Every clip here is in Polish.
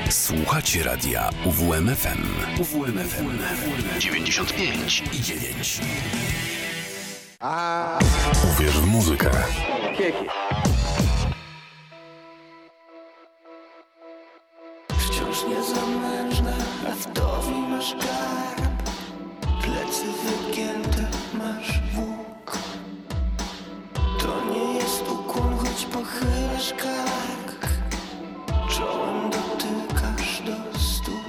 Słuchacie radia UWMFM. UWMFM 95,9. Uwierz w muzykę. Wciąż niezamężna, a wdowi masz garb. Plecy wygięte, masz łuk. To nie jest ukłon, choć pochylasz kark. Czołem dotykasz do stóp.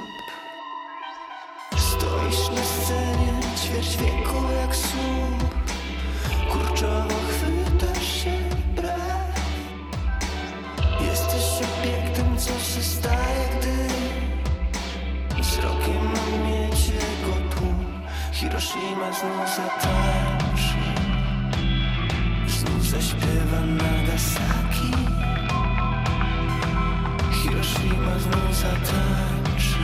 Stoisz na scenie, ćwierć wieku jak słup. Kurczowo chwytasz się brew. Jesteś obiektem, co się staje, gdy wzrokiem mam mieć jego tłum. Hiroshima znów zatańczy, znów zaśpiewa Nagasaki. Hiroshima znów zatańczy,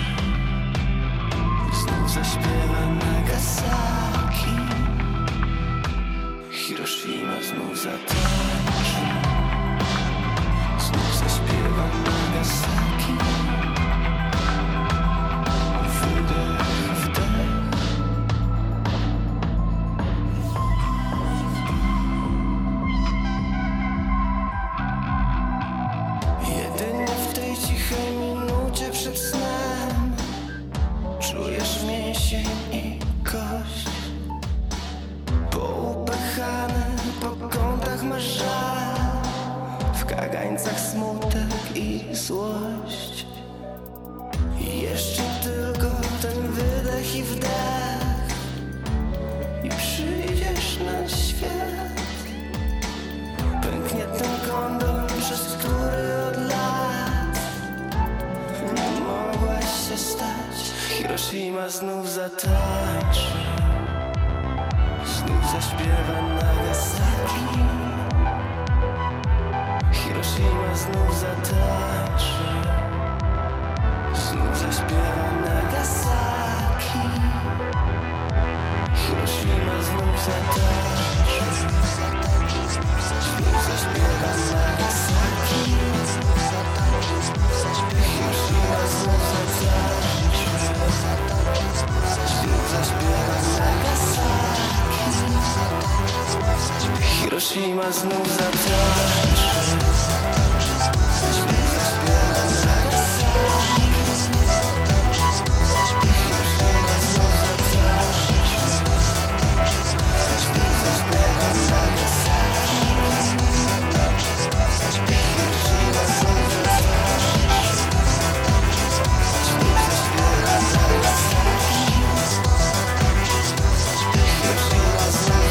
znów zaśpiewa Nagasaki. Hiroshima znów zatańczy, znów zaśpiewa Nagasaki. Wydech, wdech. Jedynie w tej cichej minucie przed snem czujesz mięsień i kość. Poupychane po kątach masz żal, w kagańcach smutek i złość. I jeszcze tylko ten wydech i wdech i przyjdziesz na świat. Pęknie ten kondom, przez który od lat nie mogłaś się stać. Hiroshima znów zatańczy, znów zaśpiewa Nagasaki. Hiroshima znów zatańczy, znów zaśpiewa Nagasaki. Hiroshima znów zatańczy, znów zaśpiewa Nagasaki. Hiroshima znów zatańczy, znów zaśpiewa Nagasaki. Hiroshima znów zatańczy, znów zaśpiewa Nagasaki. Hiroshima znów zatańczy, znów zaśpiewa Nagasaki. Hiroshima znów zatańczy, znów zaśpiewa Nagasaki. Hiroshima znów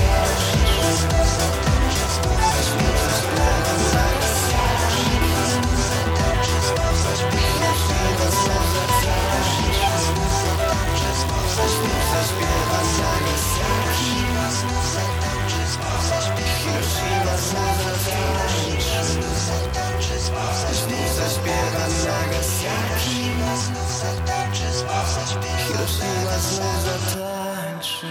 zatańczy.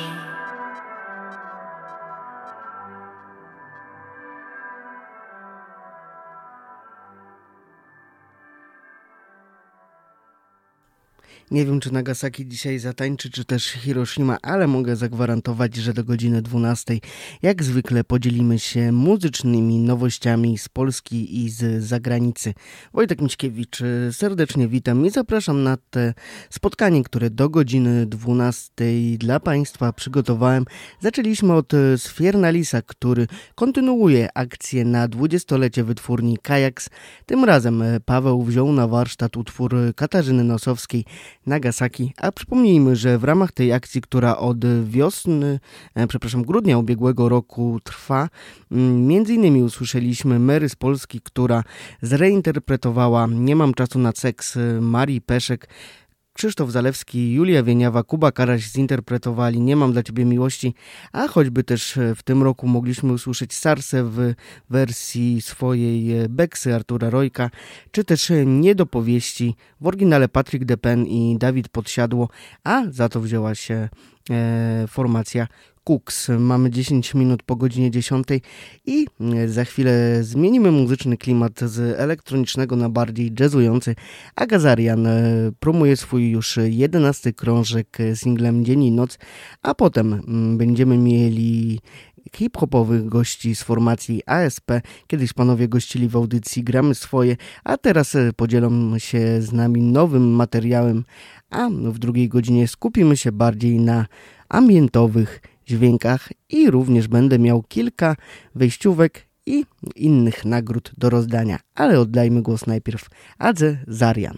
Nie wiem, czy Nagasaki dzisiaj zatańczy, czy też Hiroshima, ale mogę zagwarantować, że do godziny 12 jak zwykle podzielimy się muzycznymi nowościami z Polski i z zagranicy. Wojtek Miśkiewicz, serdecznie witam i zapraszam na te spotkanie, które do godziny 12 dla Państwa przygotowałem. Zaczęliśmy od Sfiernalisa, który kontynuuje akcję na 20-lecie wytwórni Kajaks. Tym razem Paweł wziął na warsztat utwór Katarzyny Nosowskiej Nagasaki, a przypomnijmy, że w ramach tej akcji, która od grudnia ubiegłego roku trwa, między innymi usłyszeliśmy Mary z Polski, która zreinterpretowała Nie mam czasu na seks Marii Peszek. Krzysztof Zalewski, Julia Wieniawa, Kuba Karaś zinterpretowali Nie mam dla Ciebie miłości, a choćby też w tym roku mogliśmy usłyszeć Sarsę w wersji swojej Beksy Artura Rojka, czy też Niedopowieści w oryginale Patrick Depen i Dawid Podsiadło, a za to wzięła się formacja Cooks. Mamy 10 minut po godzinie 10 i za chwilę zmienimy muzyczny klimat z elektronicznego na bardziej jazzujący. A Gazarian promuje swój już 11 krążek singlem Dzień i Noc, a potem będziemy mieli hip-hopowych gości z formacji ASP. Kiedyś panowie gościli w audycji Gramy Swoje, a teraz podzielą się z nami nowym materiałem, a w drugiej godzinie skupimy się bardziej na ambientowych dźwiękach i również będę miał kilka wejściówek i innych nagród do rozdania. Ale oddajmy głos najpierw Adze Zarian.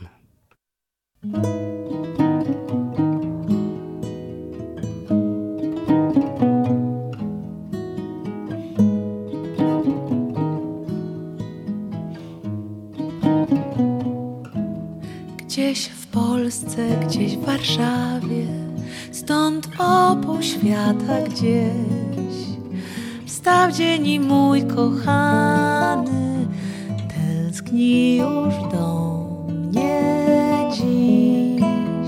Gdzieś w Polsce, gdzieś w Warszawie, stąd opół świata gdzieś. Wstał dzień i mój kochany tęskni już do mnie dziś.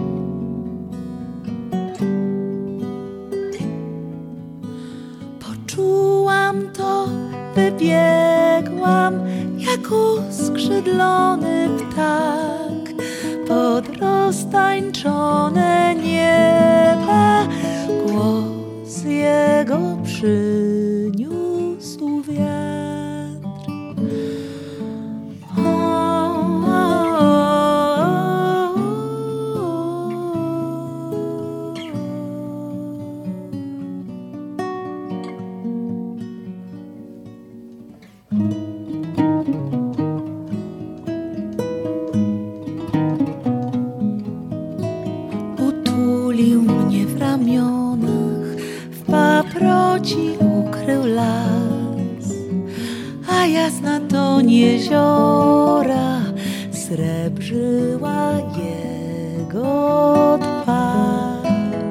Poczułam to, wybiegłam jak uskrzydlony ptak pod roztańczone nieba. Głos jego przyniósł wiatr. Utulił mnie w ramionach, w paproci ukrył las, a jasna toń jeziora srebrzyła jego twarz.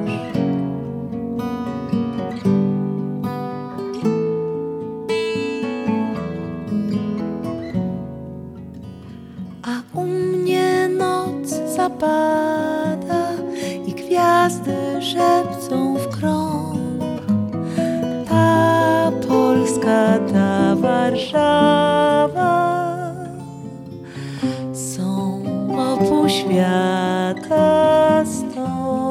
A u mnie noc zapada i gwiazdy szepcą w krąg. Ta Polska, ta Warszawa są opół świata stąd.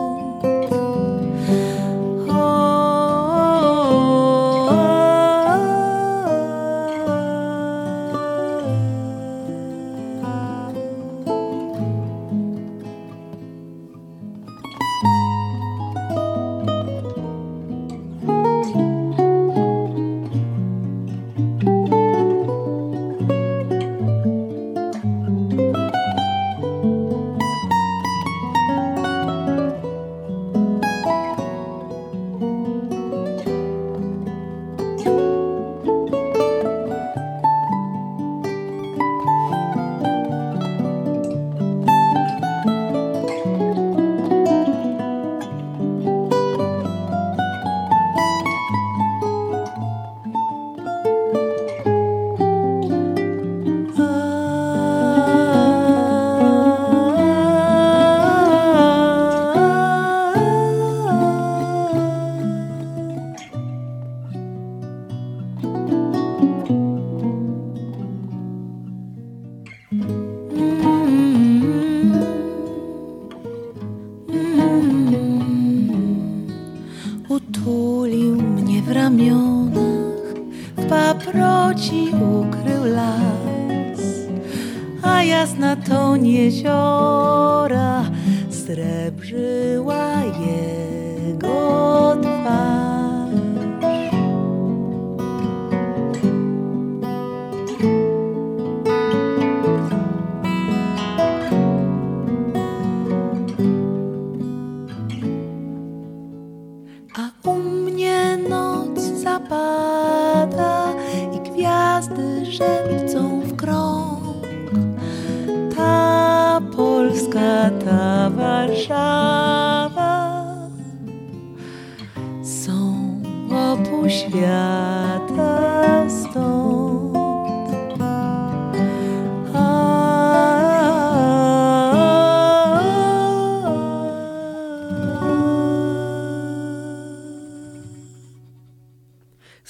Utulił mnie w ramionach, w paproci ukrył las, a jasna toń jeziora srebrzyła jego twarz. A u mnie noc zapada i gwiazdy szepcą w krąg. Ta Polska, ta Warszawa są opół świata stąd.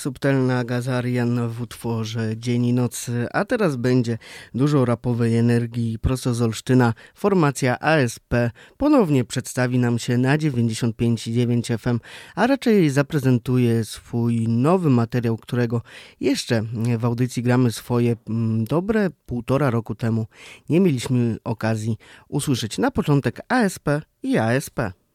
Subtelna Gazarian w utworze Dzień i Noc, a teraz będzie dużo rapowej energii prosto z Olsztyna. Formacja ASP ponownie przedstawi nam się na 95,9 FM, a raczej zaprezentuje swój nowy materiał, którego jeszcze w audycji gramy swoje dobre 1,5 roku temu nie mieliśmy okazji usłyszeć. Na początek ASP i ASP.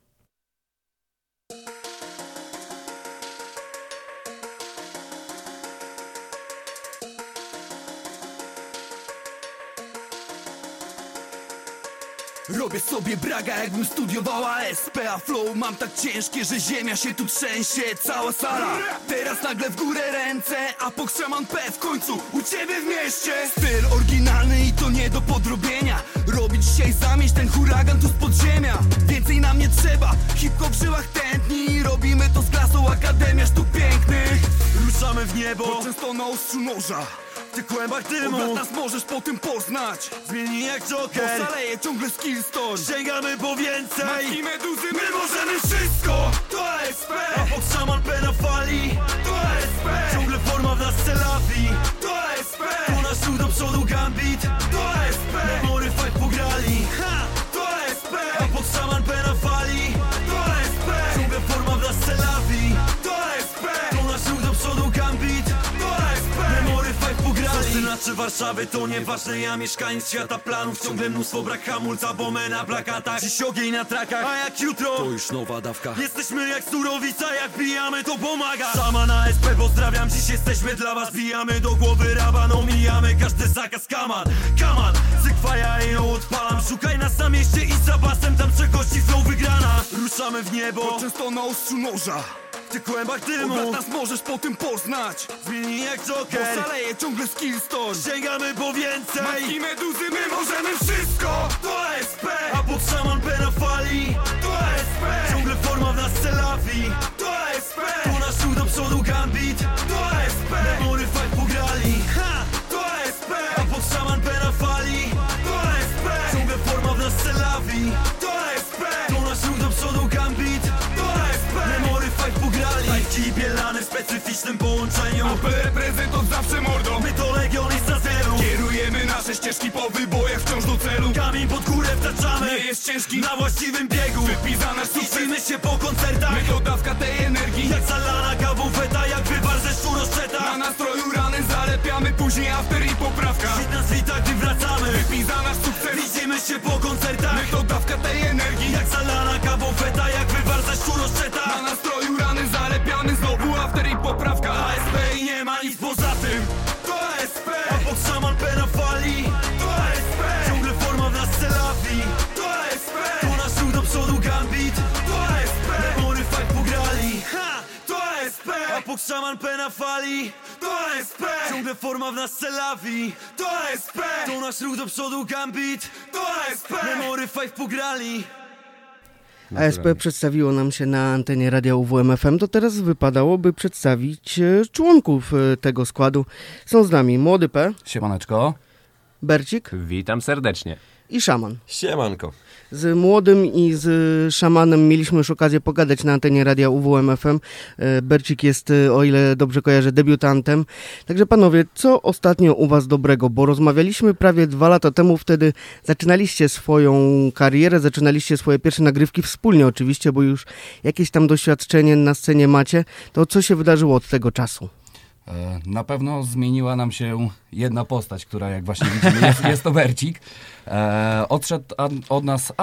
Robię sobie braga, jakbym studiowała SP, a flow mam tak ciężkie, że ziemia się tu trzęsie. Cała sala, teraz nagle w górę ręce, a Pokszaman P w końcu u ciebie w mieście. Styl oryginalny i to nie do podrobienia. Robi dzisiaj zamieść ten huragan tu z podziemia. Więcej nam nie trzeba, hip-hop w żyłach tętni. Robimy to z klasą Akademia Sztuk Pięknych. Ruszamy w niebo, bo często na ostrzu noża. W tych kłębach dymu od nas możesz po tym poznać. Zmieni jak Joker, bo szaleje ciągle skillstone. Sięgamy po więcej, matki meduzy, my możemy wszystko. To ASP, a Pokszaman P na fali. To ASP, ciągle forma w nas celawi. To ASP, to nasz ruch do przodu gambit. To ASP, memory fight pograli. To ASP, a Pokszaman P na fali. To ASP, ciągle forma w nas celawi. To ASP, to nasz ruch do przodu gambit. To ASP, memory fight pograli. Olsztyna czy Warszawy to nieważne, ja mieszkaniec świata planów. Ciągle mnóstwo, brak hamulca, bomę na plakatach. Dziś ogień na trakach, a jak jutro to już nowa dawka. Jesteśmy jak surowica, jak pijamy to pomaga. Sama na SP pozdrawiam, dziś jesteśmy dla was. Bijamy do głowy raban, omijamy każdy zakaz. Kaman, cykwa ja ją odpalam. Szukaj nas na mieście i za basem, tam przekości flow wygrana. Ruszamy w niebo, bo często na ostrzu noża. W tych kłębach dymu od nas możesz po tym poznać. Zmieni jak Joker, bo szaleje ciągle skillstone. Sięgamy po więcej, matki meduzy, my możemy wszystko. To ASP, a Pokszaman P na fali. To ASP, ciągle forma w nas celawi. To ASP, to nasz ruch do przodu gambit. To ASP, memory fight pograli. To ASP, a Pokszaman P na fali. To ASP, ciągle forma w nas celawi. To ASP, to nasz ruch do przodu gambit. To ASP, memory fight pograli. Lajki bielane w specyficznym połączeniu. AP reprezent od zawsze mordą. My to legionista zero. Kierujemy nasze ścieżki po wybojach wciąż do celu. Kamień pod górę wtaczamy, nie jest ciężki, na właściwym biegu. Wypisa nasz sukces, się po koncertach. My to dawka tej energii, jak zalana kawą feta, jak wywar ze szczuroszczeta. Na nastroju rany zalepiamy, później after i poprawka. Hit nas wita, gdy wracamy. Wypisa nasz sukces, widzimy się po koncertach. My to dawka tej energii, jak zalana kawą feta, jak wywar ze szczuroszczeta. Na nastroju rany zalepiamy, znowu after i poprawka. ASP i nie ma nic poza tym. To ASP, a Pokszaman P na fali. To ASP, ciągle forma w nas celawi. To ASP, to nasz ruch do przodu gambit. To ASP, memory fight pograli. To ASP, a Pokszaman P na fali. To ASP, ciągle forma w nas celawi. To ASP, to nasz ruch do przodu gambit. To ASP, memory fight pograli. ASP przedstawiło nam się na antenie radia UWMFM, to teraz wypadałoby przedstawić członków tego składu. Są z nami Młody P. Siemaneczko. Bercik. Witam serdecznie. I Szaman. Siemanko. Z Młodym i z Szamanem mieliśmy już okazję pogadać na antenie radia UWMFM. Bercik jest, o ile dobrze kojarzę, debiutantem. Także panowie, co ostatnio u was dobrego? Bo rozmawialiśmy prawie 2 lata temu, wtedy zaczynaliście swoją karierę, zaczynaliście swoje pierwsze nagrywki wspólnie oczywiście, bo już jakieś tam doświadczenie na scenie macie. To co się wydarzyło od tego czasu? Na pewno zmieniła nam się jedna postać, która jak właśnie widzimy jest to Bercik. Odszedł od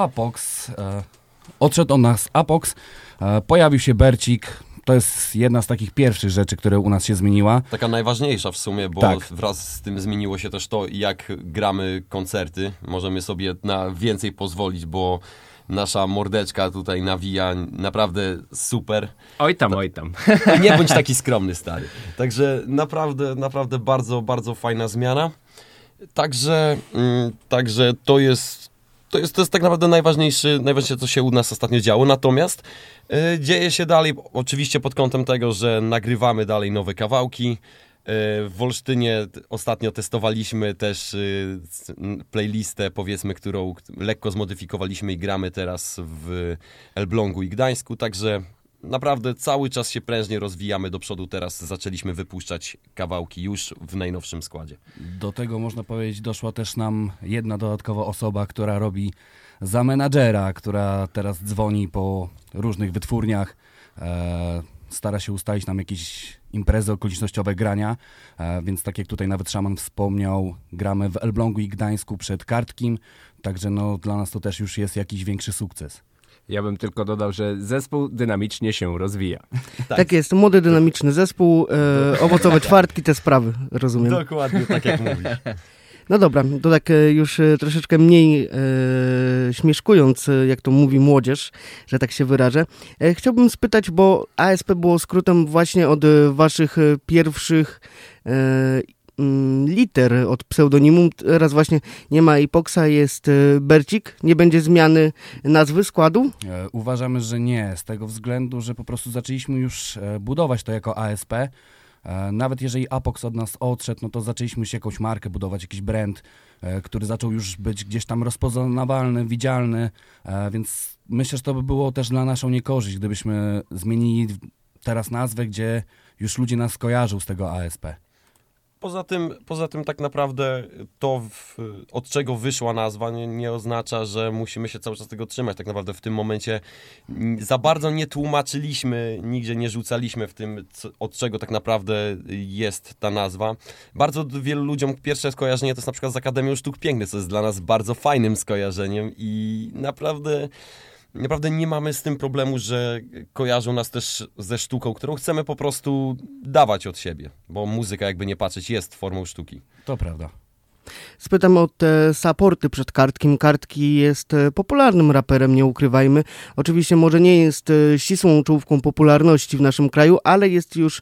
nas Apox, pojawił się Bercik. To jest jedna z takich pierwszych rzeczy, które u nas się zmieniła. Taka najważniejsza w sumie, bo tak. Wraz z tym zmieniło się też to, jak gramy koncerty. Możemy sobie na więcej pozwolić, bo nasza mordeczka tutaj nawija naprawdę super. Oj tam. Nie bądź taki skromny, stary. Także naprawdę bardzo, bardzo fajna zmiana. Także to jest tak naprawdę najważniejsze, co się u nas ostatnio działo. Natomiast dzieje się dalej, oczywiście pod kątem tego, że nagrywamy dalej nowe kawałki. W Olsztynie ostatnio testowaliśmy też playlistę, powiedzmy, którą lekko zmodyfikowaliśmy i gramy teraz w Elblągu i Gdańsku, także naprawdę cały czas się prężnie rozwijamy do przodu. Teraz zaczęliśmy wypuszczać kawałki już w najnowszym składzie. Do tego można powiedzieć, doszła też nam jedna dodatkowa osoba, która robi za menadżera, która teraz dzwoni po różnych wytwórniach, stara się ustalić nam jakieś imprezy okolicznościowe grania, więc tak jak tutaj nawet Szaman wspomniał, gramy w Elblągu i Gdańsku przed Kartkim, także no, dla nas to też już jest jakiś większy sukces. Ja bym tylko dodał, że zespół dynamicznie się rozwija. Tak jest, młody, dynamiczny zespół, owocowe czwartki, te sprawy, rozumiem. Dokładnie tak jak mówisz. No dobra, to tak już troszeczkę mniej śmieszkując, jak to mówi młodzież, że tak się wyrażę. Chciałbym spytać, bo ASP było skrótem właśnie od waszych pierwszych liter, od pseudonimum. Teraz właśnie nie ma Ipoksa, jest Bercik. Nie będzie zmiany nazwy składu? Uważamy, że nie, z tego względu, że po prostu zaczęliśmy już budować to jako ASP. Nawet jeżeli Apox od nas odszedł, no to zaczęliśmy się jakąś markę budować, jakiś brand, który zaczął już być gdzieś tam rozpoznawalny, widzialny, więc myślę, że to by było też dla naszą niekorzyść, gdybyśmy zmienili teraz nazwę, gdzie już ludzie nas kojarzą z tego ASP. Poza tym tak naprawdę to, od czego wyszła nazwa, nie oznacza, że musimy się cały czas tego trzymać. Tak naprawdę w tym momencie za bardzo nie tłumaczyliśmy, nigdzie nie rzucaliśmy w tym, od czego tak naprawdę jest ta nazwa. Bardzo wielu ludziom pierwsze skojarzenie to jest na przykład z Akademią Sztuk Pięknych, co jest dla nas bardzo fajnym skojarzeniem i naprawdę nie mamy z tym problemu, że kojarzą nas też ze sztuką, którą chcemy po prostu dawać od siebie, bo muzyka, jakby nie patrzeć, jest formą sztuki. To prawda. Spytam o te supporty przed Kartkim. Kartki jest popularnym raperem, nie ukrywajmy. Oczywiście może nie jest ścisłą czołówką popularności w naszym kraju, ale jest już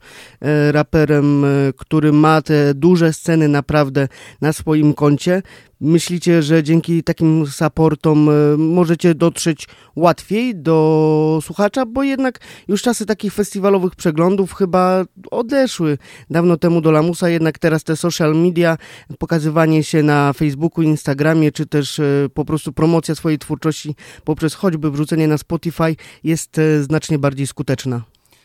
raperem, który ma te duże sceny naprawdę na swoim koncie. Myślicie, że dzięki takim supportom możecie dotrzeć łatwiej do słuchacza, bo jednak już czasy takich festiwalowych przeglądów chyba odeszły dawno temu do lamusa, jednak teraz te social media, pokazywanie się na Facebooku, Instagramie, czy też po prostu promocja swojej twórczości poprzez choćby wrzucenie na Spotify jest znacznie bardziej skuteczna.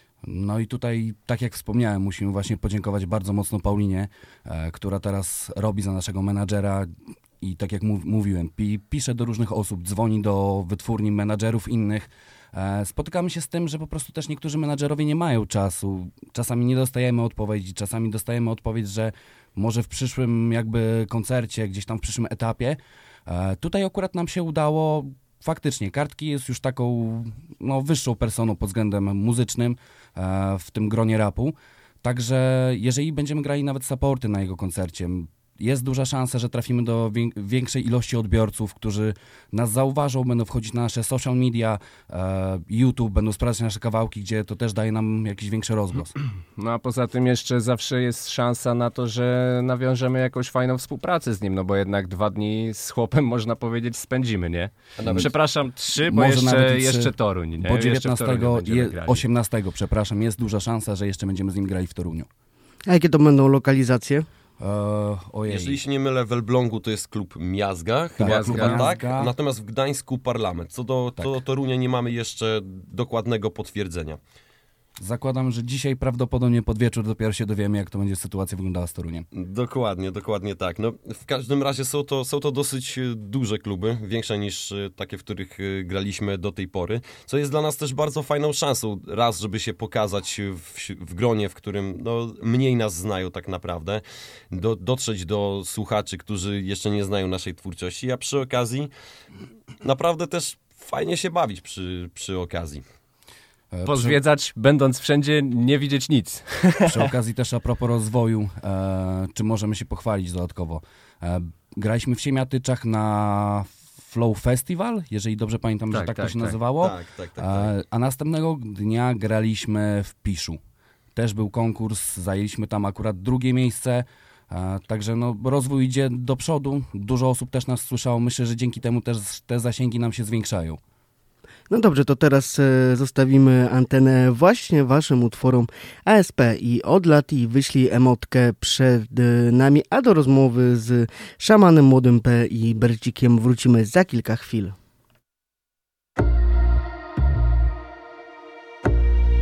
No i tutaj, tak jak wspomniałem, musimy właśnie podziękować bardzo mocno Paulinie, która teraz robi za naszego menadżera i tak jak mówiłem, pisze do różnych osób, dzwoni do wytwórni, menadżerów innych. Spotykamy się z tym, że po prostu też niektórzy menadżerowie nie mają czasu. Czasami nie dostajemy odpowiedzi, czasami dostajemy odpowiedź, że może w przyszłym jakby koncercie, gdzieś tam w przyszłym etapie. Tutaj akurat nam się udało. Faktycznie, Kartki jest już taką wyższą personą pod względem muzycznym w tym gronie rapu. Także jeżeli będziemy grali nawet supporty na jego koncercie, jest duża szansa, że trafimy do większej ilości odbiorców, którzy nas zauważą, będą wchodzić na nasze social media, YouTube, będą sprawdzać nasze kawałki, gdzie to też daje nam jakiś większy rozgłos. No a poza tym jeszcze zawsze jest szansa na to, że nawiążemy jakąś fajną współpracę z nim, no bo jednak 2 dni z chłopem, można powiedzieć, spędzimy, nie? Przepraszam, 3, bo jeszcze Toruń, nie? Bo 19, 18, przepraszam, jest duża szansa, że jeszcze będziemy z nim grali w Toruniu. A jakie to będą lokalizacje? Jeżeli się nie mylę, w Elblągu to jest klub Miazga, tak? Natomiast w Gdańsku Parlament. Co do Torunia nie mamy jeszcze dokładnego potwierdzenia. Zakładam, że dzisiaj prawdopodobnie pod wieczór dopiero się dowiemy, jak to będzie sytuacja wyglądała z Toruniem. Dokładnie tak. No, w każdym razie są to dosyć duże kluby, większe niż takie, w których graliśmy do tej pory, co jest dla nas też bardzo fajną szansą, raz, żeby się pokazać w gronie, w którym mniej nas znają tak naprawdę, dotrzeć do słuchaczy, którzy jeszcze nie znają naszej twórczości, a przy okazji naprawdę też fajnie się bawić przy okazji. Pozwiedzać, będąc wszędzie, nie widzieć nic. Przy okazji też a propos rozwoju, czy możemy się pochwalić dodatkowo. Graliśmy w Siemiatyczach na Flow Festival, jeżeli dobrze pamiętam, że tak to się nazywało. Tak. A następnego dnia graliśmy w Piszu. Też był konkurs, zajęliśmy tam akurat 2. miejsce. Także rozwój idzie do przodu. Dużo osób też nas słyszało. Myślę, że dzięki temu też te zasięgi nam się zwiększają. No dobrze, to teraz zostawimy antenę właśnie waszym utworom ASP i Odlat i wyślij emotkę przed nami, a do rozmowy z Szamanem Młodym P i Bercikiem wrócimy za kilka chwil.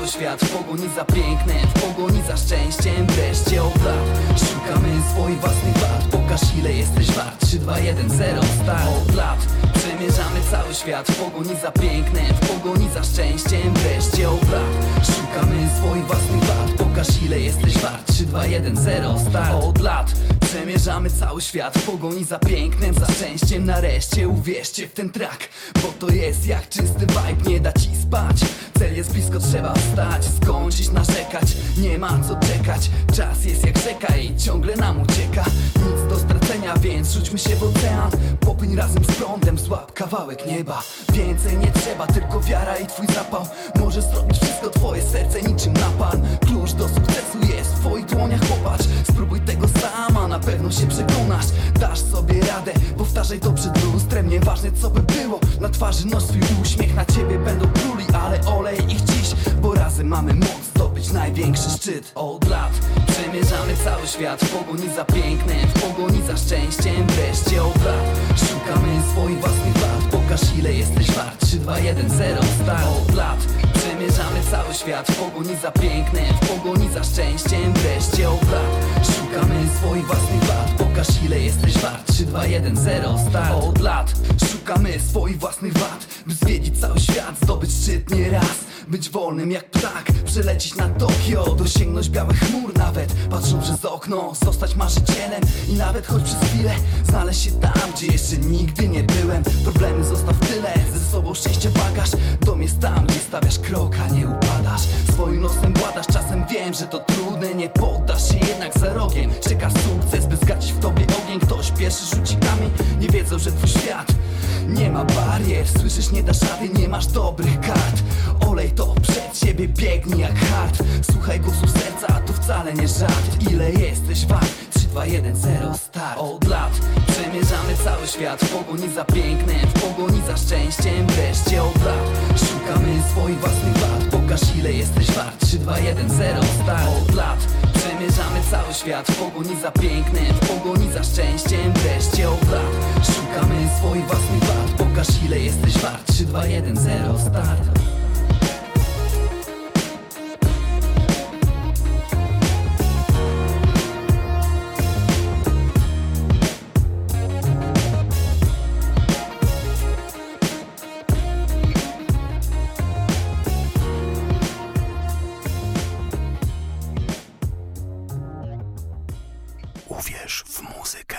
cały świat w pogoni za pięknem, w pogoni za szczęściem. Wreszcie od lat szukamy swoich własnych wad. Pokaż ile jesteś wart, 3, 2, 1, 0, start. Od lat przemierzamy cały świat w pogoni za pięknem, w pogoni za szczęściem. Wreszcie od lat szukamy swoich własnych wad. Pokaż ile jesteś wart, 3, 2, 1, 0, start. Od lat przemierzamy cały świat w pogoni za pięknem, za szczęściem. Nareszcie uwierzcie w ten track, bo to jest jak czysty vibe, nie da ci spać. Cel jest blisko, trzeba wstać, skończyć narzekać, nie ma co czekać. Czas jest jak rzeka i ciągle nam ucieka. Nic do stracenia, więc rzućmy się w ocean. Popłyń razem z prądem, złap kawałek nieba. Więcej nie trzeba, tylko wiara i twój zapał. Możesz zrobić wszystko, twoje serce niczym napalm. Klucz do sukcesu jest w twoich dłoniach, popatrz. Spróbuj tego sama, na pewno się przekonasz. Dasz sobie radę, powtarzaj to przed lustrem. Nieważne co by było, na twarzy noś swój uśmiech. Na ciebie będą pluli, ale olej ich dziś, bo razem mamy moc zdobyć największy szczyt. Od lat przemierzamy cały świat w pogoni za pięknem, w pogoni za szczęściem. Wreszcie od lat szukamy swoich własnych wad. Pokaż ile jesteś wart, 3, 2, 1, 0, start. Od lat przemierzamy cały świat w pogoni za pięknem, w pogoni za szczęściem. Wreszcie od lat szukamy swoich własnych wad. Pokaż ile jesteś wart, 3, 2, 1, 0, start. Od lat szukamy swoich własnych wad, by zwiedzić cały świat, zdobyć szczyt nie raz. Być wolnym jak ptak, przelecieć na Tokio, dosięgnąć białych chmur nawet, patrząc przez okno, zostać marzycielem. I nawet choć przez chwilę znaleźć się tam, gdzie jeszcze nigdy nie byłem. Problemy zostaw tyle, ze sobą szczęście bagaż. Dom jest tam, gdzie stawiasz krok, a nie upadasz. Swoim losem władasz, czasem wiem, że to trudne. Nie poddasz się jednak za rogiem, czekasz sukces, by zgasić w tobie ogień. Ktoś pierwszy rzuci kamień, nie wiedzą, że twój świat nie ma barier. Słyszysz, nie dasz rady, nie masz dobrych kart. Olej to przed siebie, biegnij jak hard. Słuchaj głosu serca, a to wcale nie żart. Ile jesteś wart? 3, 2, 1, 0, start. Od lat przemierzamy cały świat w pogoni za pięknem, w pogoni za szczęściem. Wreszcie od lat szukamy swoich własnych wad. Pokaż ile jesteś wart, 3, 2, 1, 0, start. Od lat przemierzamy cały świat w pogoni za pięknem, w pogoni za szczęściem. Wreszcie od lat szukamy swoich własnych wad. Pokaż ile jesteś wart, 3, 2, 1, 0, start. Uwierz w muzykę.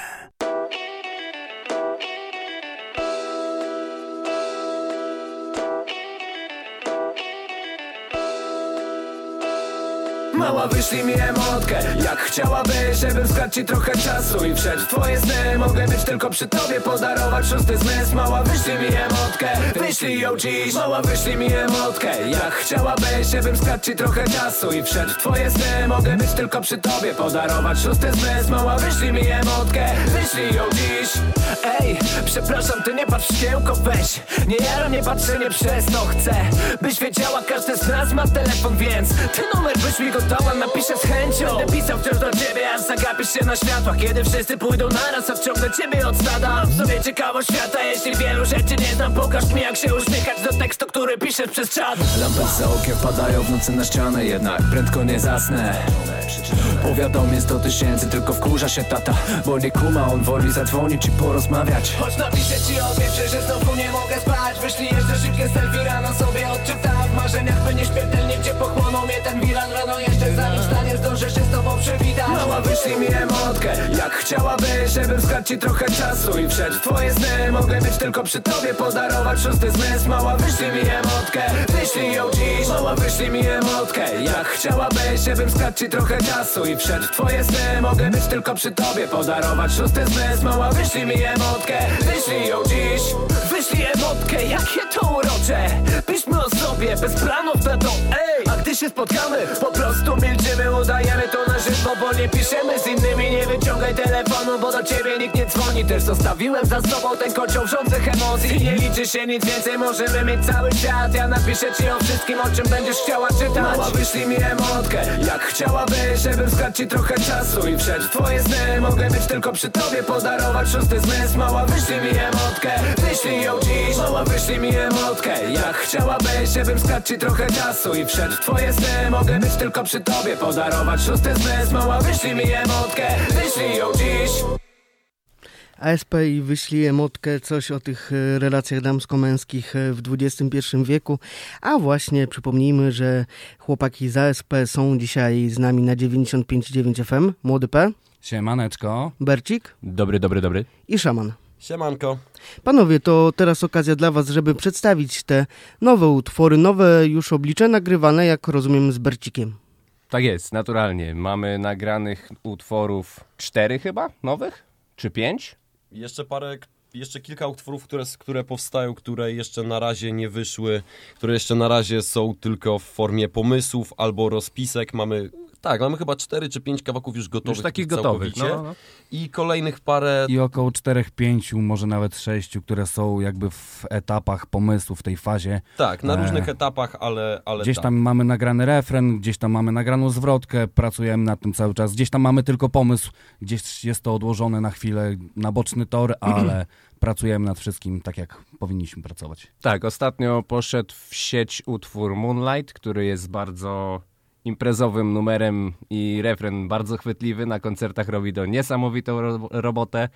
Mała, wyślij mi emotkę, jak chciałabyś, żebym skradł ci trochę czasu i wszedł w twoje sny. Mogę być tylko przy tobie, podarować szósty zmysł. Mała, wyślij mi emotkę, wyślij ją dziś. Mała, wyślij mi emotkę, jak chciałabyś, żebym skradł ci trochę czasu i wszedł w twoje sny. Mogę być tylko przy tobie, podarować szósty zmysł. Mała, wyślij mi emotkę, wyślij ją dziś. Ej, przepraszam, ty nie patrz w szkiełko, weź. Nie jara mnie patrzenie, przez to chcę, byś wiedziała, każdy z nas ma telefon, więc ty numer byś mi go dała, napiszę z chęcią. Będę pisał wciąż do ciebie, aż zagapisz się na światłach. Kiedy wszyscy pójdą naraz, odciągnę ciebie od stada. W sobie ciekawość świata, jeśli wielu rzeczy nie znam. Pokaż mi, jak się uśmiechać do tekstu, który piszesz przez czat. Lampy za okiem wpadają w nocy na ścianę, jednak prędko nie zasnę. Powiadomień 100 000, tylko wkurza się tata, bo nie kuma, on woli zadzwonić i porozmawiać. Choć napiszę ci odwietrze, że znowu nie mogę spać. Wyślij jeszcze szybkie selfie, rano sobie odczytam. W marzeniach by nieśmiertelnie cię pochłonął mnie ten wilan. Rano jeszcze zanim stanie, zdążę się z tobą przywitać. Mała, wyślij mi emotkę, jak chciałabyś, żebym skradł ci trochę czasu i wszedł w twoje sny. Mogę być tylko przy tobie, podarować szósty zmysł. Mała, wyślij mi emotkę, wyślij ją dziś. Mała, wyślij mi emotkę, jak chciałabyś, żebym skradł ci trochę czasu i wszedł w twoje sny. Mogę być tylko przy tobie, podarować szósty zmysł. Mała, wyślij mi emotkę, wyślij ją dziś. Wyślij emotkę, jakie to urocze. Piszmy o sobie, bez planów na to, ej. A gdy się spotkamy, po prostu milczymy, udajemy to na żywo, bo nie piszemy z innymi. Nie wyciągaj telefonu, bo do ciebie nikt nie dzwoni. Też zostawiłem za sobą ten kocioł wrzących emocji. Nie liczy się nic więcej, możemy mieć cały świat. Ja napiszę ci o wszystkim, o czym będziesz chciała czytać. Mała, wyślij mi emotkę, jak chciałabyś, żebym skradł ci trochę czasu i wszedł w twoje sny. Mogę być tylko przy tobie, podarować szósty zmysł. Mała, wyślij mi emotkę, wyślij ją dziś. Mała, wyślij mi emotkę, jak chciałabyś, żebym skradł ci trochę czasu i wszedł w twoje moje sny. Mogę być tylko przy tobie, podarować szósty zmysł. Mała, wyślij mi emotkę, wyślij ją dziś. ASP i wyślij emotkę, coś o tych relacjach damsko-męskich w XXI wieku. A właśnie przypomnijmy, że chłopaki z ASP są dzisiaj z nami na 95,9 FM. Młody P. Siemaneczko. Bercik. Dobry. I Szaman. Siemanko. Panowie, to teraz okazja dla was, żeby przedstawić te nowe utwory, nowe już oblicze nagrywane, jak rozumiem, z Bercikiem. Tak jest, naturalnie. Mamy nagranych utworów 4 chyba, nowych? Czy 5? Jeszcze kilka utworów, które powstają, które jeszcze na razie nie wyszły, które jeszcze na razie są tylko w formie pomysłów albo rozpisek. Mamy chyba 4 czy 5 kawałków już gotowych. Już takich gotowych, no. I kolejnych parę... I około 4-5, może nawet 6, które są jakby w etapach pomysłu, w tej fazie. Tak, na różnych etapach, ale gdzieś tam mamy nagrany refren, gdzieś tam mamy nagraną zwrotkę, pracujemy nad tym cały czas. Gdzieś tam mamy tylko pomysł, gdzieś jest to odłożone na chwilę na boczny tor, ale pracujemy nad wszystkim tak, jak powinniśmy pracować. Tak, ostatnio poszedł w sieć utwór Moonlight, który jest bardzo imprezowym numerem i refren bardzo chwytliwy. Na koncertach robi to niesamowitą robotę.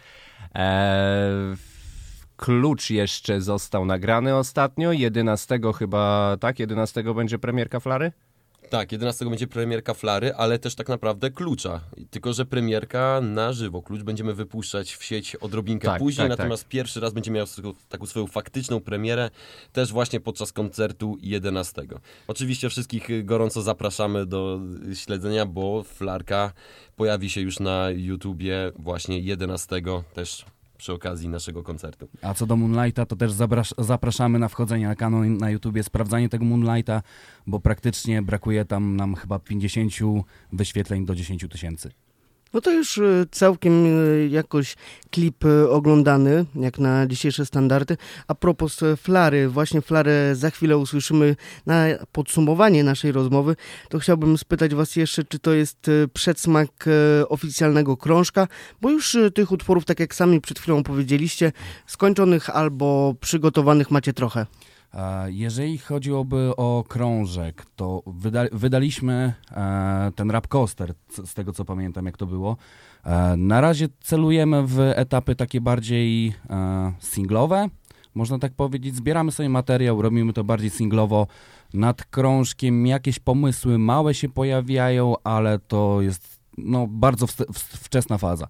Klucz jeszcze został nagrany ostatnio. 11 chyba, tak? 11 będzie premierka Flary? Tak, 11 będzie premierka Flary, ale też tak naprawdę Klucza. Tylko że premierka na żywo. Klucz będziemy wypuszczać w sieć odrobinkę później, natomiast pierwszy raz będzie miał taką swoją faktyczną premierę też właśnie podczas koncertu 11. Oczywiście wszystkich gorąco zapraszamy do śledzenia, bo Flarka pojawi się już na YouTubie właśnie 11 też przy okazji naszego koncertu. A co do Moonlighta, to też zapraszamy na wchodzenie na kanał na YouTubie, sprawdzanie tego Moonlighta, bo praktycznie brakuje tam nam chyba 50 wyświetleń do 10 000. No to już całkiem jakoś klip oglądany, jak na dzisiejsze standardy. A propos Flary, właśnie Flarę za chwilę usłyszymy na podsumowanie naszej rozmowy. To chciałbym spytać was jeszcze, czy to jest przedsmak oficjalnego krążka, bo już tych utworów, tak jak sami przed chwilą powiedzieliście, skończonych albo przygotowanych macie trochę. Jeżeli chodziłoby o krążek, to wydaliśmy ten Rap Coaster, z tego co pamiętam, jak to było. Na razie celujemy w etapy takie bardziej singlowe, można tak powiedzieć. Zbieramy sobie materiał, robimy to bardziej singlowo. Nad krążkiem jakieś pomysły małe się pojawiają, ale to jest bardzo wczesna faza.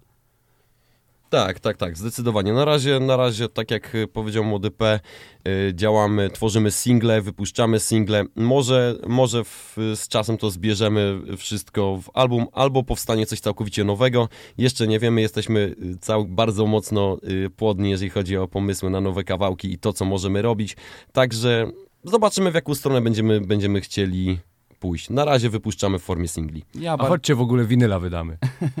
Tak, zdecydowanie. Na razie, tak jak powiedział Młody P, działamy, tworzymy single, wypuszczamy single. Może z czasem to zbierzemy wszystko w album, albo powstanie coś całkowicie nowego. Jeszcze nie wiemy, jesteśmy bardzo mocno płodni, jeżeli chodzi o pomysły na nowe kawałki i to, co możemy robić. Także zobaczymy, w jaką stronę będziemy chcieli pójść. Na razie wypuszczamy w formie singli. A chodźcie, w ogóle winyla wydamy.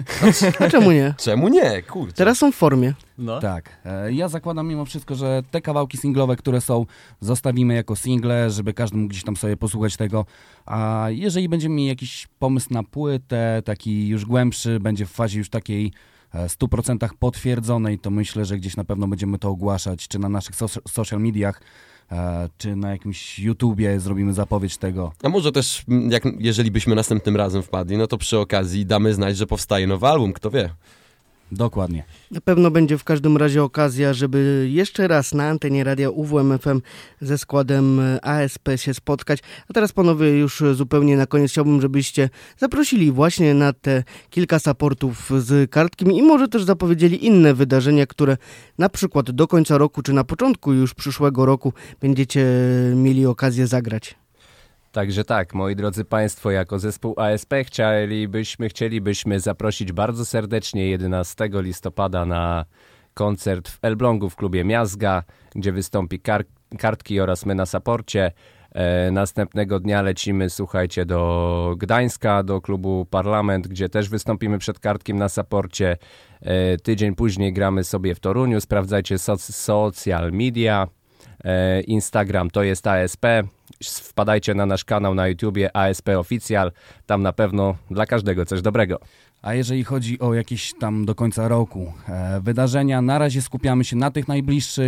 A czemu nie? Czemu nie? Kurczę. Teraz są w formie. No. Tak. Ja zakładam mimo wszystko, że te kawałki singlowe, które są, zostawimy jako single, żeby każdy mógł gdzieś tam sobie posłuchać tego. A jeżeli będziemy mieli jakiś pomysł na płytę, taki już głębszy, będzie w fazie już takiej 100% potwierdzonej, to myślę, że gdzieś na pewno będziemy to ogłaszać, czy na naszych social mediach, czy na jakimś YouTubie zrobimy zapowiedź tego. A może też, jeżeli byśmy następnym razem wpadli, no to przy okazji damy znać, że powstaje nowy album, kto wie. Dokładnie. Na pewno będzie w każdym razie okazja, żeby jeszcze raz na antenie radia UWM FM ze składem ASP się spotkać. A teraz panowie już zupełnie na koniec chciałbym, żebyście zaprosili właśnie na te kilka supportów z Kartkiem i może też zapowiedzieli inne wydarzenia, które na przykład do końca roku czy na początku już przyszłego roku będziecie mieli okazję zagrać. Także tak, moi drodzy państwo, jako zespół ASP chcielibyśmy zaprosić bardzo serdecznie 11 listopada na koncert w Elblągu w klubie Miazga, gdzie wystąpi Kartki oraz my na saporcie. Następnego dnia lecimy, słuchajcie, do Gdańska, do klubu Parlament, gdzie też wystąpimy przed Kartkiem na saporcie. Tydzień później gramy sobie w Toruniu, sprawdzajcie social media. Instagram to jest ASP, wpadajcie na nasz kanał na YouTubie ASP Oficjal, tam na pewno dla każdego coś dobrego. A jeżeli chodzi o jakieś tam do końca roku wydarzenia, na razie skupiamy się na tych najbliższych.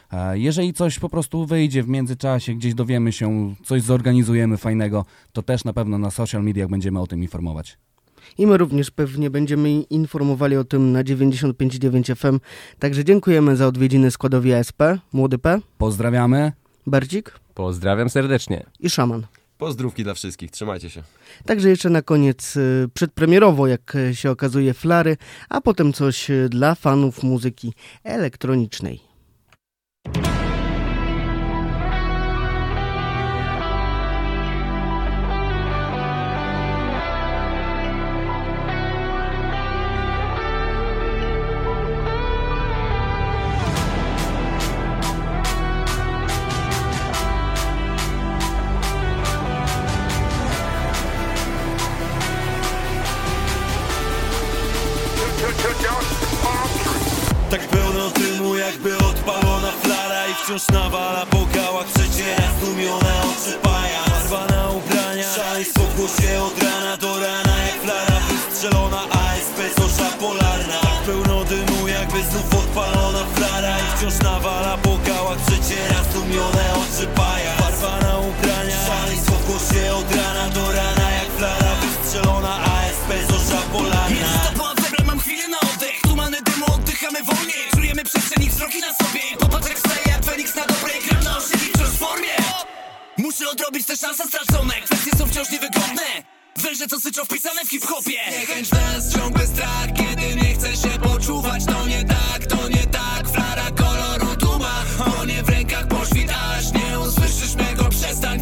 Jeżeli coś po prostu wyjdzie w międzyczasie, gdzieś dowiemy się, coś zorganizujemy fajnego, to też na pewno na social mediach będziemy o tym informować. I my również pewnie będziemy informowali o tym na 95,9 FM. Także dziękujemy za odwiedziny składowi ASP. Młody P. Pozdrawiamy. Bercik. Pozdrawiam serdecznie. I Szaman. Pozdrówki dla wszystkich, trzymajcie się. Także jeszcze na koniec przedpremierowo, jak się okazuje, Flary, a potem coś dla fanów muzyki elektronicznej. Tak pełno dymu, jakby odpalona flara i wciąż nawala po gałach, przeciera zdumione oczy paja. Barwa na ubrania, szaleństwo w głosie od rana do rana, jak flara wystrzelona, ASP zorza polarna. Tak pełno dymu, jakby znów odpalona flara i wciąż nawala po gałach, przeciera zdumione oczy paja. Barwa na ubrania, szaleństwo w głosie od rana do rana, jak flara wystrzelona, ASP zorza polarna. Mam chwilę na oddech, tumany dymu, oddychamy wolniej. Czujemy przestrzeń i wzroki na sobie. Popatrz jak wstaje jak Feniks na dobrej, krew na osi wciąż w formie. Muszę odrobić te szanse stracone, kwestie są wciąż niewygodne. Węże co syczą wpisane w hip-hopie. Niechęć w nas, ciągły strach, kiedy nie chce się poczuwać. To nie tak, to nie tak, flara koloru duma. Płonie w rękach poświt, aż nie usłyszysz mego, przestań.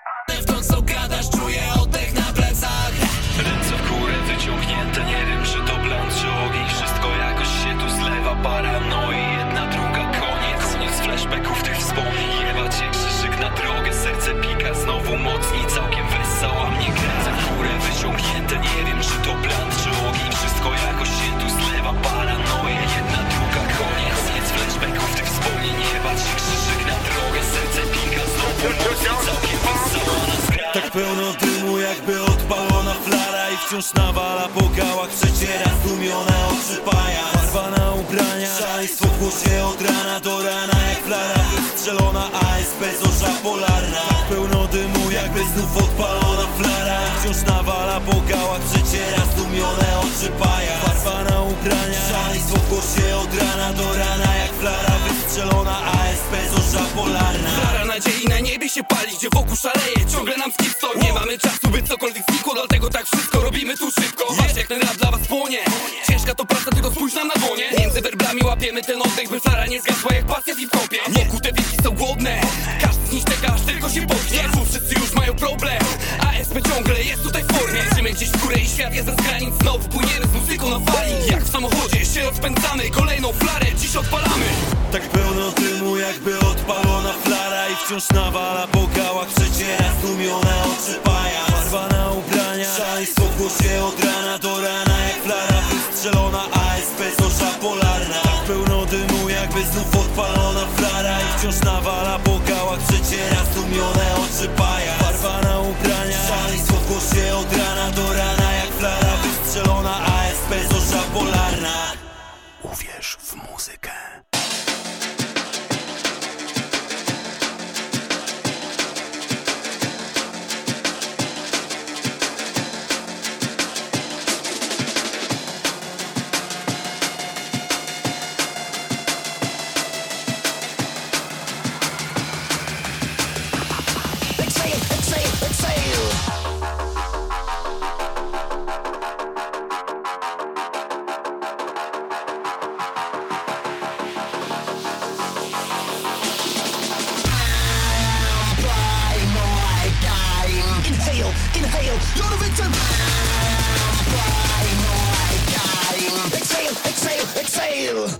W to co gadasz, czuję oddech na plecach. Ręce w górę wyciągnięte, nie wiem czy to plan czy ogień. Wszystko jakoś się tu zlewa, paranoi, jedna, druga, koniec. Koniec flashbacków, tych wspomnień, jeba cię krzyżyk na drogę. Serce pika, znowu mocniej, całkiem wesoła mnie gra. Ręce w górę wyciągnięte, nie wiem czy to plan czy ogień. Wszystko jakoś się tu zlewa, paranoja, jedna, druga, koniec. Koniec flashbacków, tych wspomnień, jeba cię krzyżyk na drogę. Serce pika, znowu mocniej, całkiem wesoła nas gra. Tak pełno dymu, jakby odpalona flara i wciąż nawala po gałach, przeciera zdumione oczy paja. Barwa na ubrania, szaleństwo w głosie od rana do rana, jak flara wystrzelona, ASP zorza polarna. Tak pełno dymu, jakby znów odpalona flara i wciąż nawala po gałach, przeciera zdumione oczy paja. Barwa na ubrania, szaleństwo w głosie od rana do rana, jak flara wystrzelona, ASP zorza polarna. Flara nadziei na niebie się pali, gdzie wokół szaleje, ciągle nam skip stoi. Nie mamy czasu, by cokolwiek znikło, dlatego tak wszystko robimy tu szybko. Patrz jak ten rap dla was płonie, ciężka to praca, tylko spójrz nam na dłonie. Między werblami łapiemy ten oddech, by flara nie zgasła jak pasja w hip-hopie. Wokół te wilki są głodne, każdy z nich czeka, aż tylko się pocznie. Tu wszyscy już mają problem, ASP ciągle jest tutaj w formie. Lecimy gdzieś w górę i świat jest bez granic, znowu płyniemy z muzyką na fali. Jak w samochodzie się rozpędzamy, kolejną flarę dziś odpalamy. Tak pełno dymu, jakby odpalona flara i wciąż nawala po gałach, przeciera zdumione oczy paja. Barwa na ubrania, szaleństwo w głosie od rana do rana, jak flara wystrzelona, ASP zorza polarna. Tak pełno dymu, jakby znów odpalona flara i wciąż nawala po gałach, przeciera zdumione oczy paja. Barwa na ubrania, szaleństwo w głosie od rana do rana, jak flara wystrzelona, ASP zorza polarna. Uwierz w muzykę. Inhale, you're the victim. Exhale, exhale, exhale.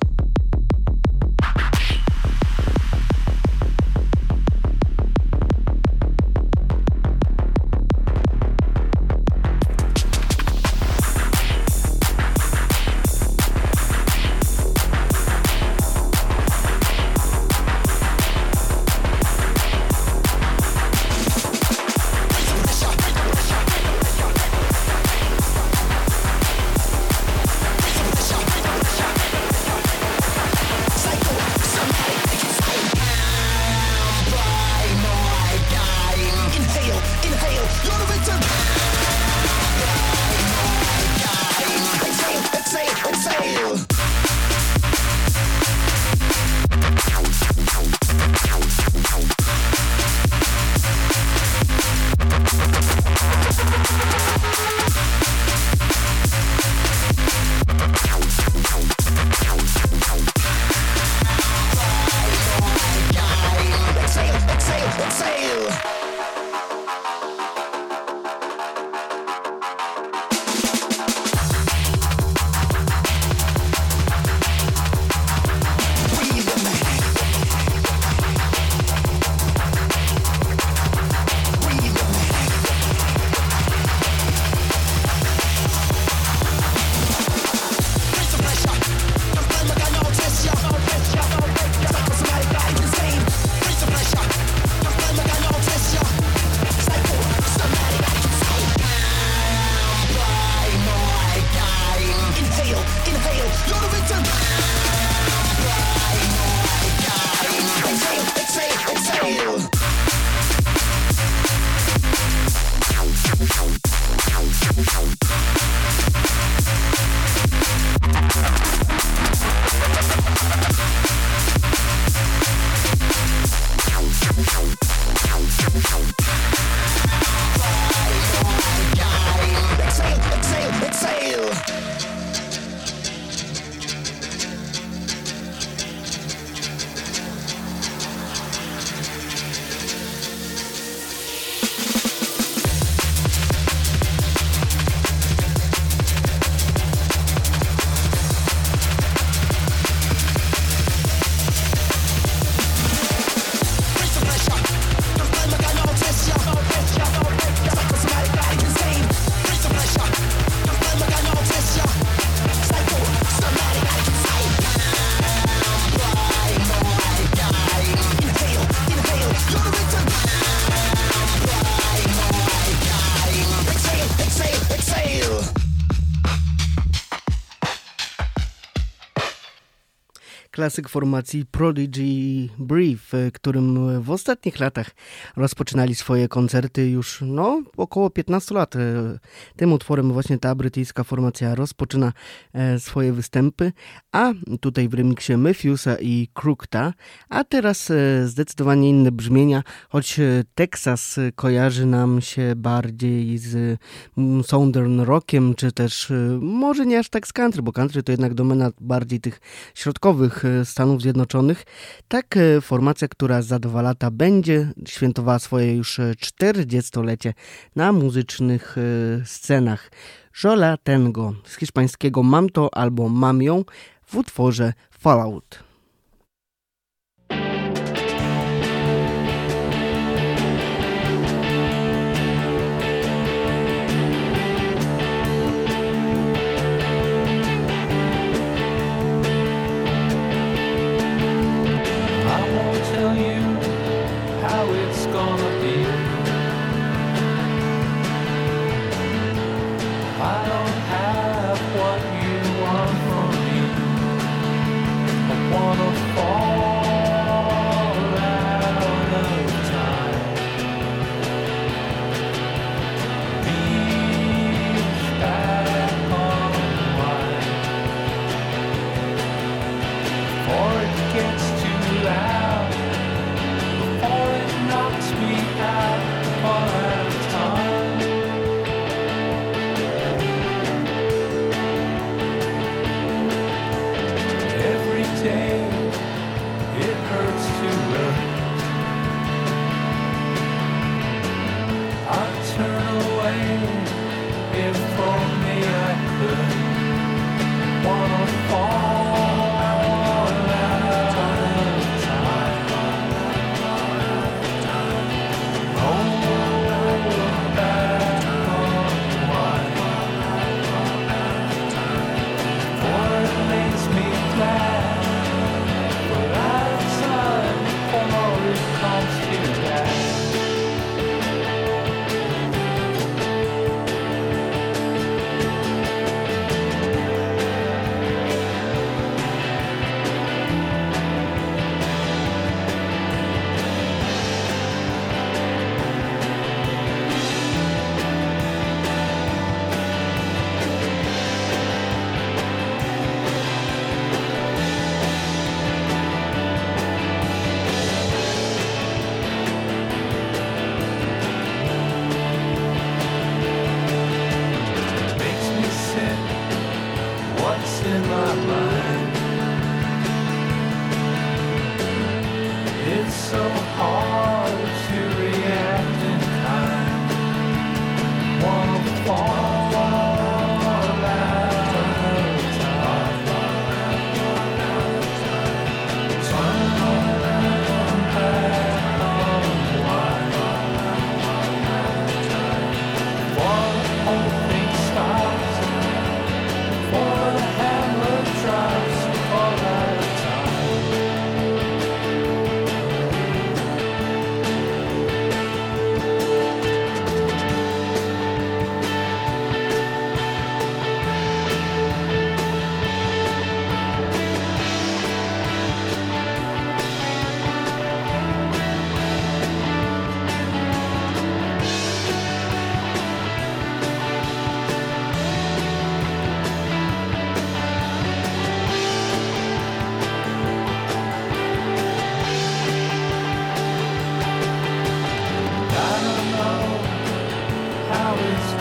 Klasyk formacji Prodigy Brief, którym w ostatnich latach rozpoczynali swoje koncerty już około 15 lat. Tym utworem właśnie ta brytyjska formacja rozpoczyna swoje występy, a tutaj w remiksie Matthewsa i Crookta, a teraz zdecydowanie inne brzmienia, choć Texas kojarzy nam się bardziej z Southern Rockiem, czy też może nie aż tak z country, bo country to jednak domena bardziej tych środkowych Stanów Zjednoczonych. Tak, formacja, która za 2 lata będzie świętowała swoje już 40-lecie na muzycznych scenach. Jola Tengo, z hiszpańskiego mam to albo mam ją, w utworze Fallout. I don't have what you want from me. I wanna fall out of time. Beach back on wine. Before it gets too loud, before it knocks me out of time.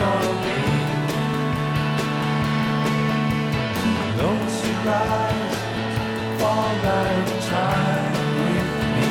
gonna be. Don't you rise, fall back in time with me.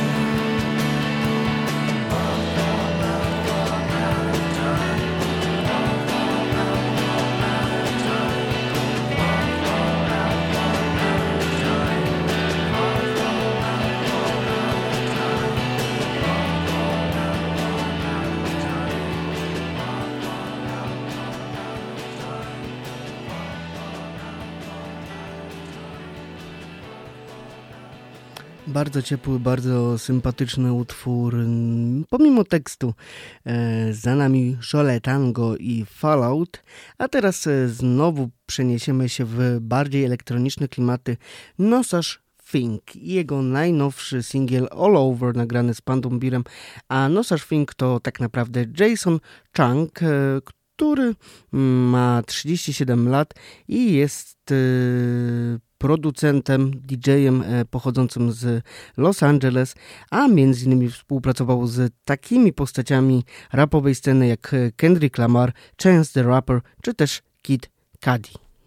Bardzo ciepły, bardzo sympatyczny utwór, pomimo tekstu. Za nami Jole Tango i Fallout, a teraz znowu przeniesiemy się w bardziej elektroniczne klimaty. No Such Thing i jego najnowszy singiel All Over, nagrany z Pandą Beerem, a No Such Thing to tak naprawdę Jason Chang, który ma 37 lat i jest producentem, DJ-em pochodzącym z Los Angeles, a między innymi współpracował z takimi postaciami rapowej sceny jak Kendrick Lamar, Chance the Rapper czy też Kid Cudi.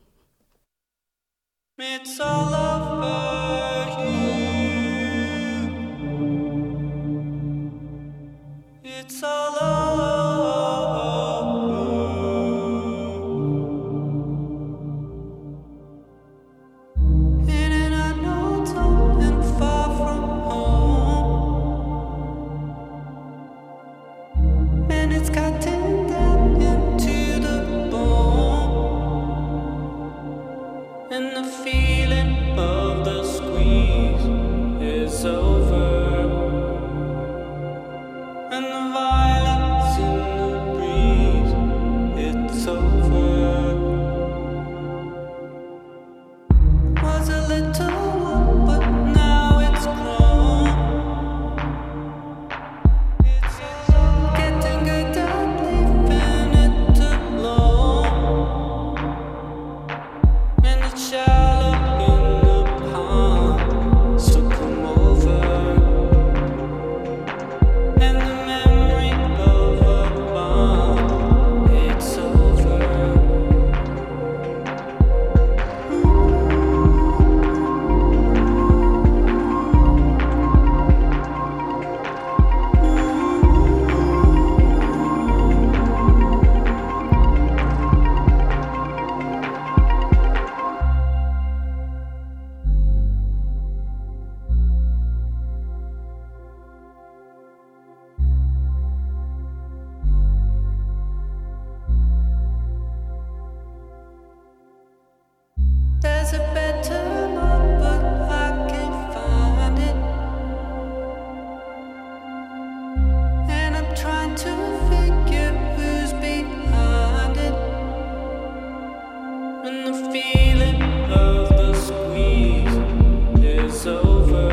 It's all over you. It's all over. In an unknown town and far from home, and it's gotten down into the bone, and the feeling of the squeeze is over, and the violence in the breeze, it's over. Was a little one, but now it's grown. It's getting good at leaving it alone, and it's shallow in the pond, so come over. And the memory of a bond, it's over. There's a better map, but I can't find it, and I'm trying to figure who's behind it, and the feeling of the squeeze is over,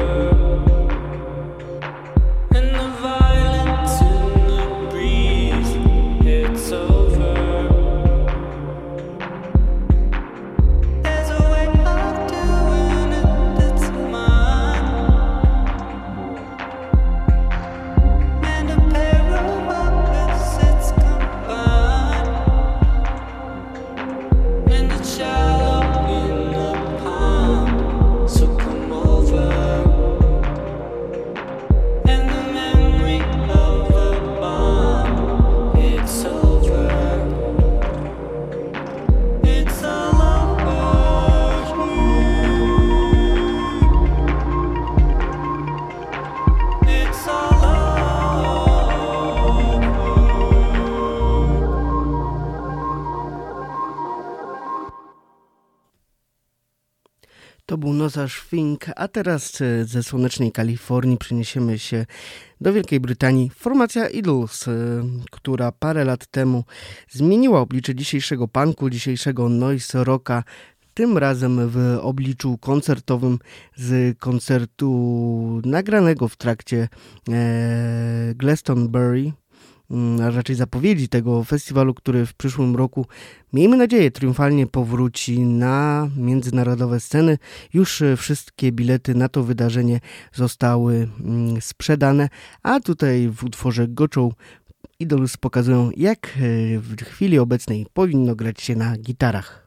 and the violence in the breeze, it's over. There's a way of doing it that's mine, and a pair of opposites combined, and it's shallow in the pond, so come over. And the memory of the bond, it's over. It's all over you. It's all over. To był No Such Thing, a teraz ze słonecznej Kalifornii przeniesiemy się do Wielkiej Brytanii. Formacja Idols, która parę lat temu zmieniła oblicze dzisiejszego punku, dzisiejszego noise rocka, tym razem w obliczu koncertowym z koncertu nagranego w trakcie Glastonbury, a raczej zapowiedzi tego festiwalu, który w przyszłym roku, miejmy nadzieję, triumfalnie powróci na międzynarodowe sceny. Już wszystkie bilety na to wydarzenie zostały sprzedane, a tutaj w utworze Go Show Idols pokazują, jak w chwili obecnej powinno grać się na gitarach.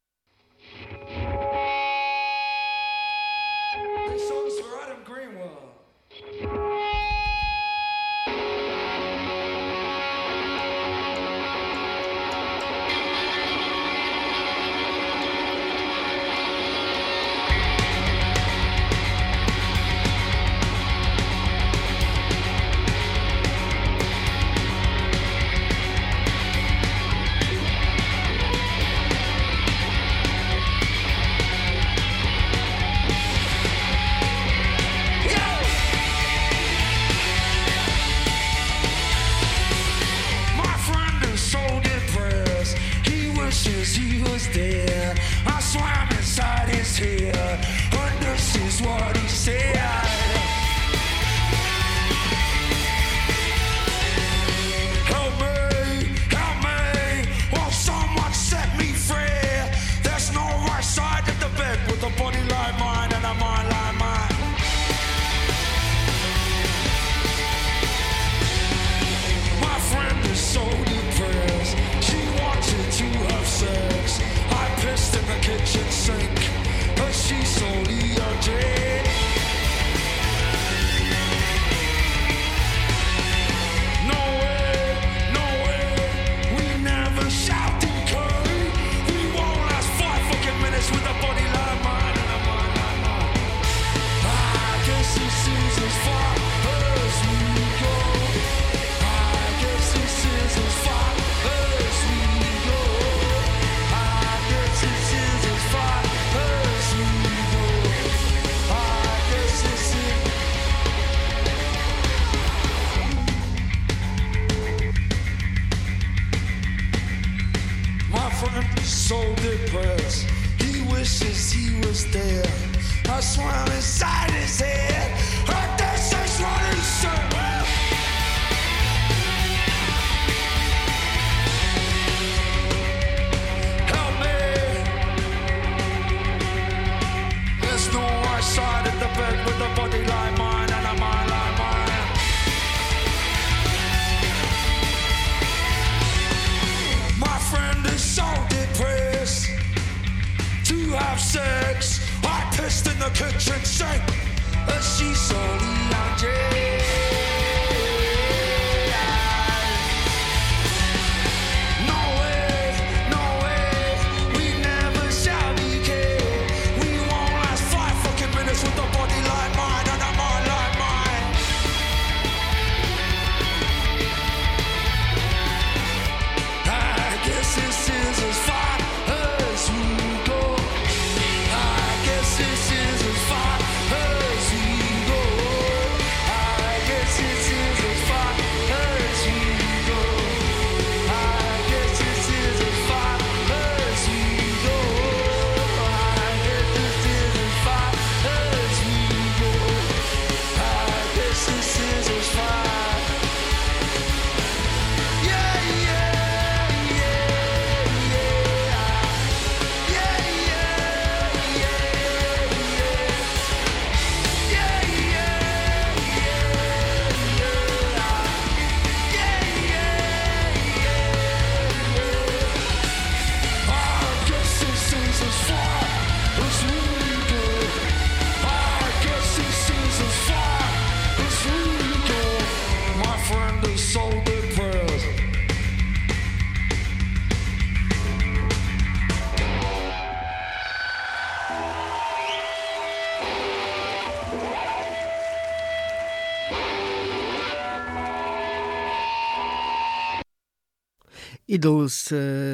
Idols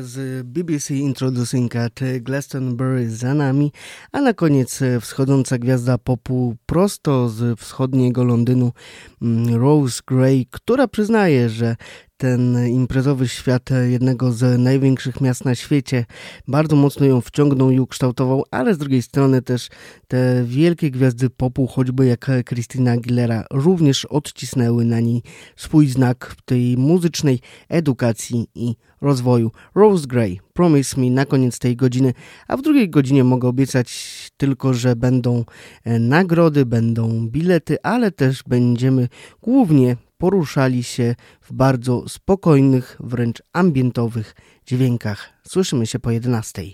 z BBC Introducing at Glastonbury za nami, a na koniec wschodząca gwiazda popu prosto z wschodniego Londynu, Rose Gray, która przyznaje, że ten imprezowy świat jednego z największych miast na świecie bardzo mocno ją wciągnął i ukształtował, ale z drugiej strony też te wielkie gwiazdy popu, choćby jak Christina Aguilera, również odcisnęły na niej swój znak w tej muzycznej edukacji i rozwoju. Rose Gray, Promise Me na koniec tej godziny, a w drugiej godzinie mogę obiecać tylko, że będą nagrody, będą bilety, ale też będziemy głównie poruszali się w bardzo spokojnych, wręcz ambientowych dźwiękach. Słyszymy się po 11.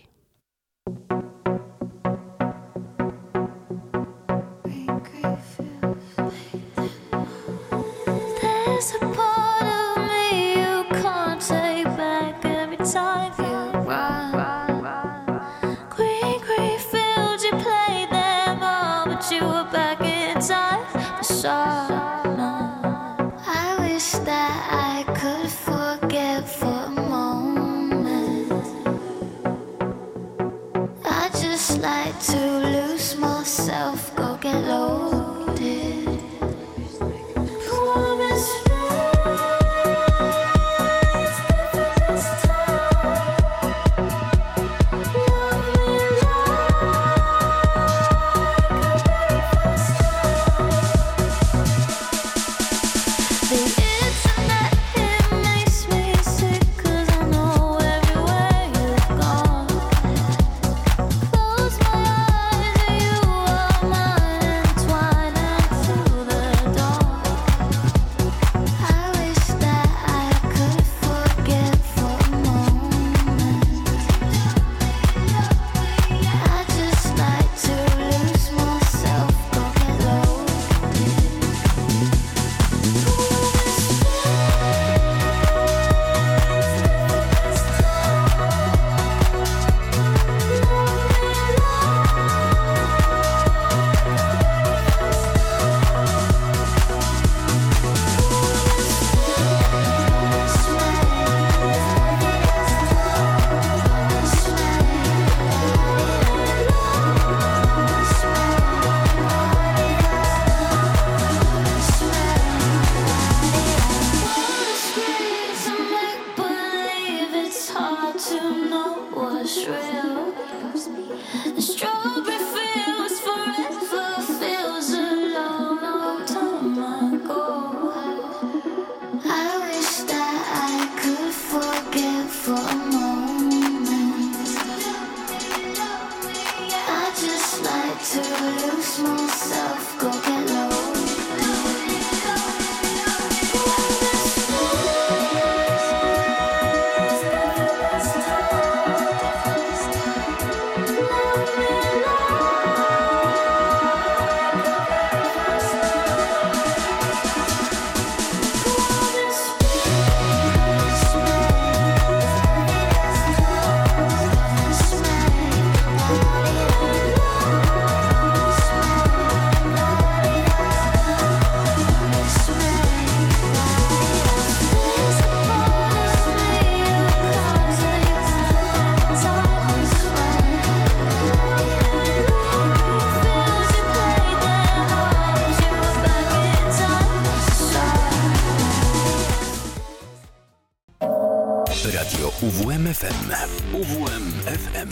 Radio UWM FM. UWM FM.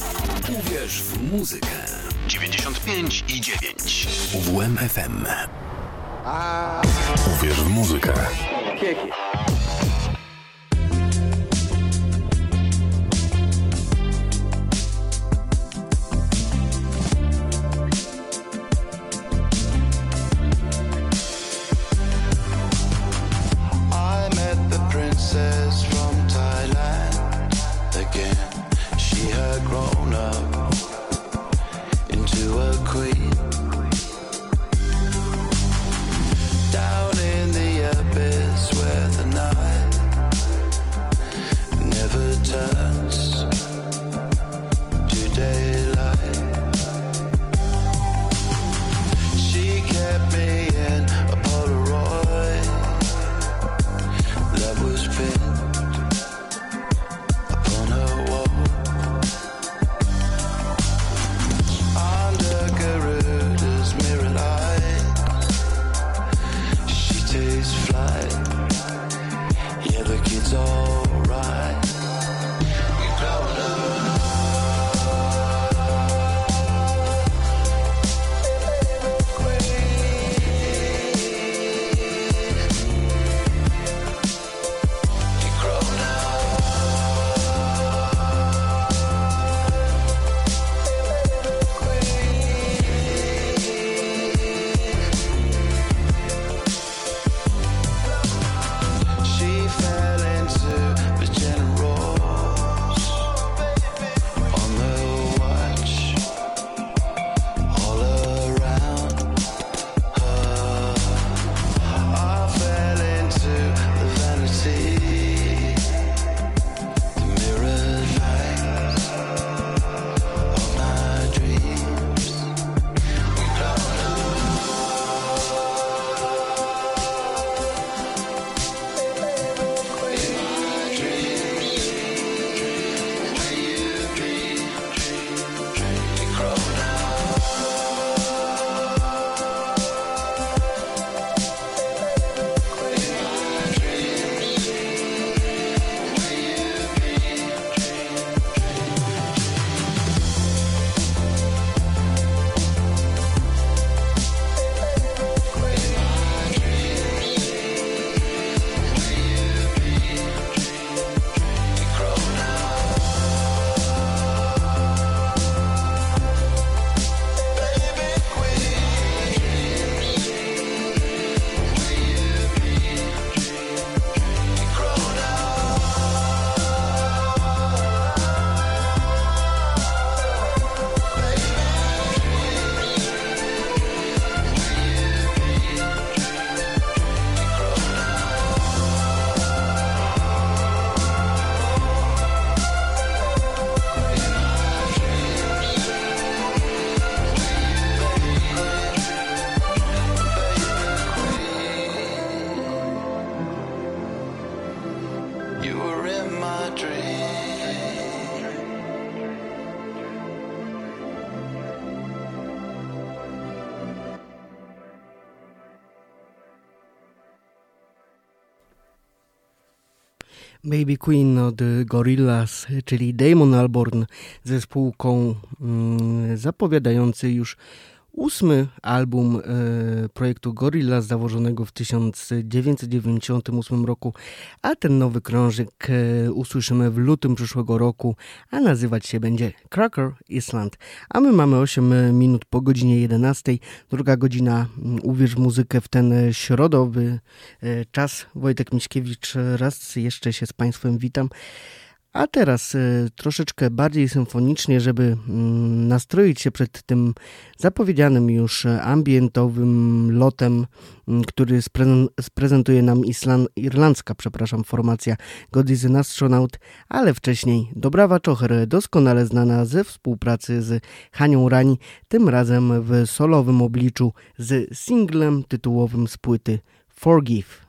Uwierz w muzykę. 95,9. UWM FM. Uwierz w muzykę. Down in the abyss where the night Baby Queen od Gorillaz, czyli Damon Albarn ze spółką zapowiadający już 8. album projektu Gorillaz założonego w 1998 roku, a ten nowy krążek usłyszymy w lutym przyszłego roku, a nazywać się będzie Cracker Island. A my mamy 8 minut po godzinie 11, druga godzina Uwierz w muzykę w ten środowy czas. Wojtek Miśkiewicz, raz jeszcze się z Państwem witam. A teraz troszeczkę bardziej symfonicznie, żeby nastroić się przed tym zapowiedzianym już ambientowym lotem, który sprezentuje nam irlandzka formacja God is an Astronaut, ale wcześniej Dobrawa Czocher, doskonale znana ze współpracy z Hanią Rani, tym razem w solowym obliczu z singlem tytułowym z płyty Forgive.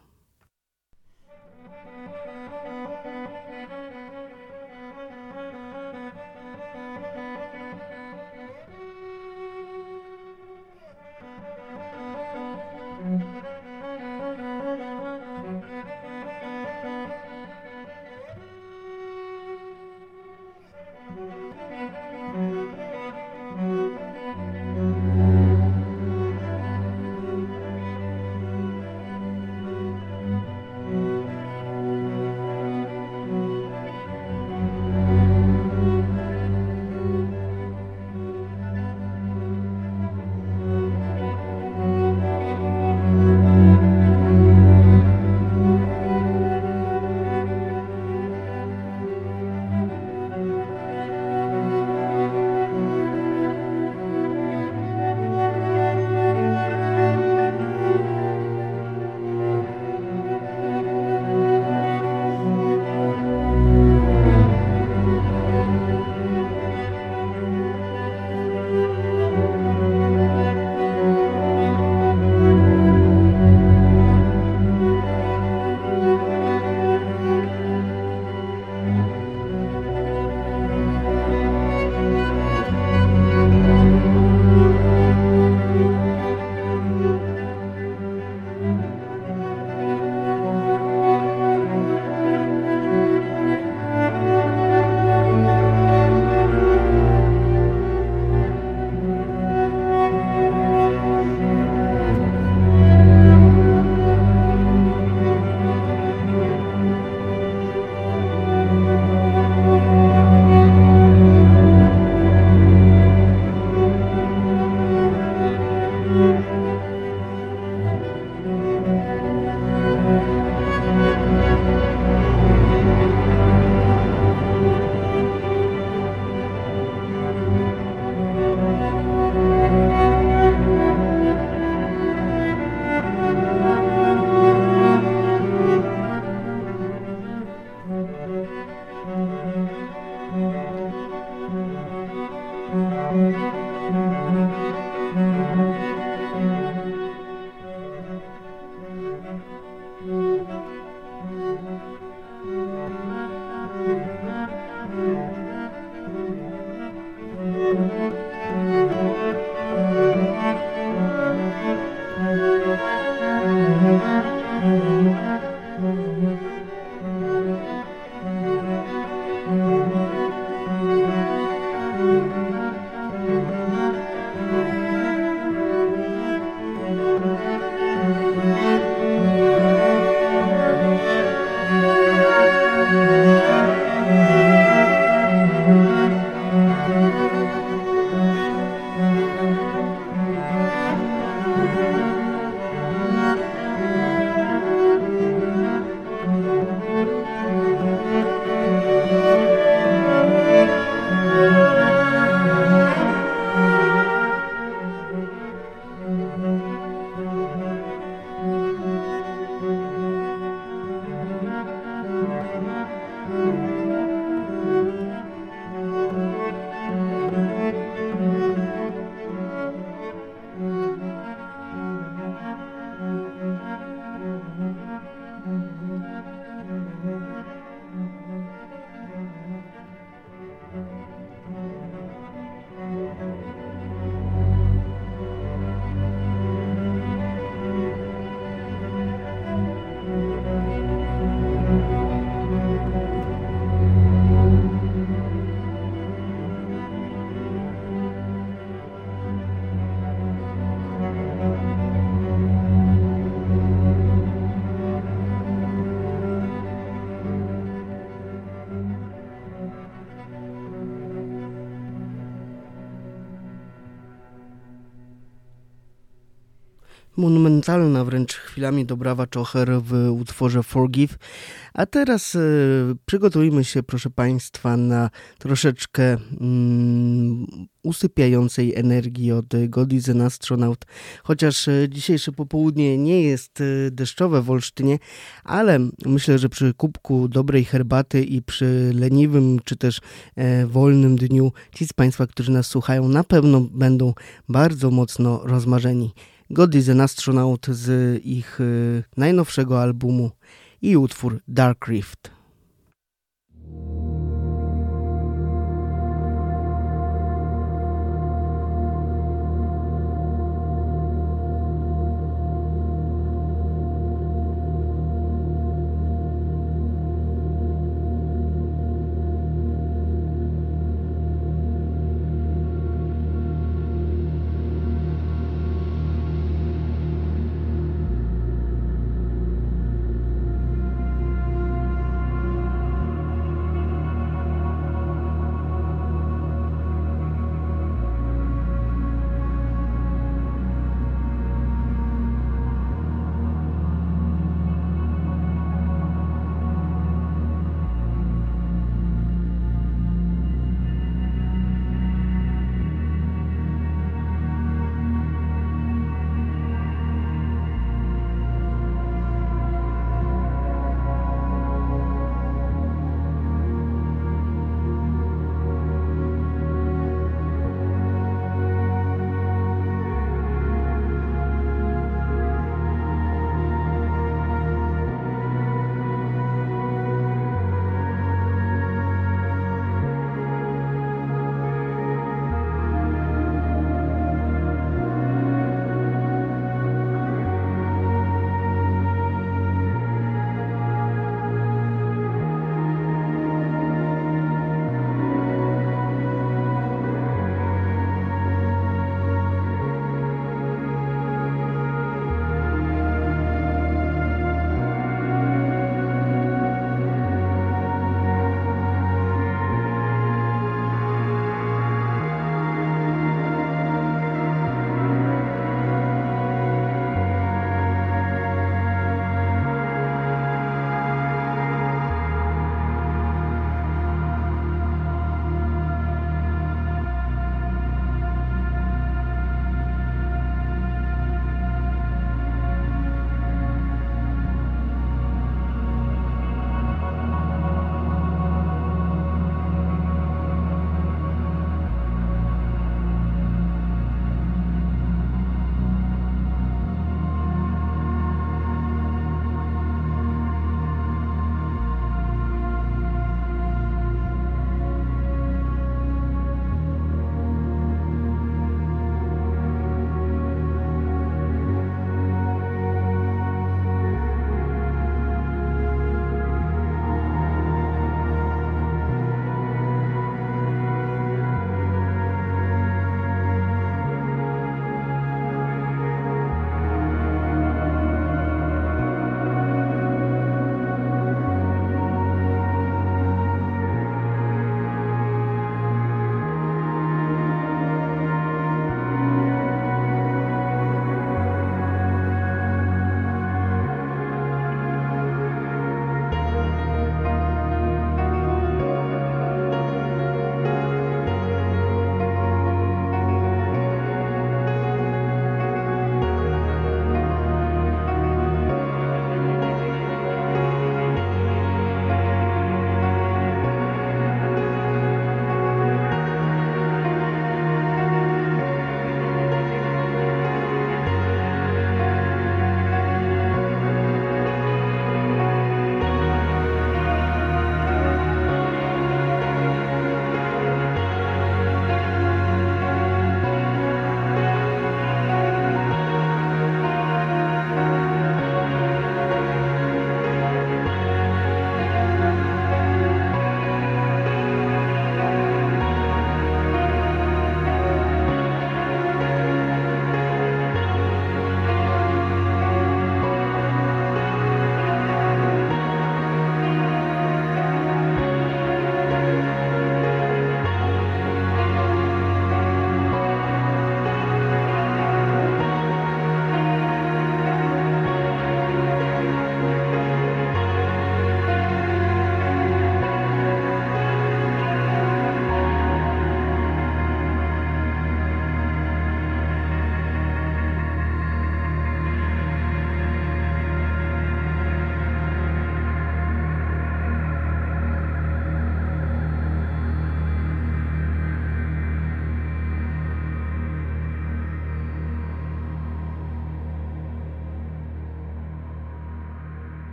Monumentalna wręcz chwilami dobrawa Czocher w utworze Forgive. A teraz przygotujmy się, proszę Państwa, na troszeczkę usypiającej energii od God is an Astronaut. Chociaż dzisiejsze popołudnie nie jest deszczowe w Olsztynie, ale myślę, że przy kubku dobrej herbaty i przy leniwym czy też wolnym dniu ci z Państwa, którzy nas słuchają, na pewno będą bardzo mocno rozmarzeni. God is an Astronaut z ich najnowszego albumu i utwór Dark Rift.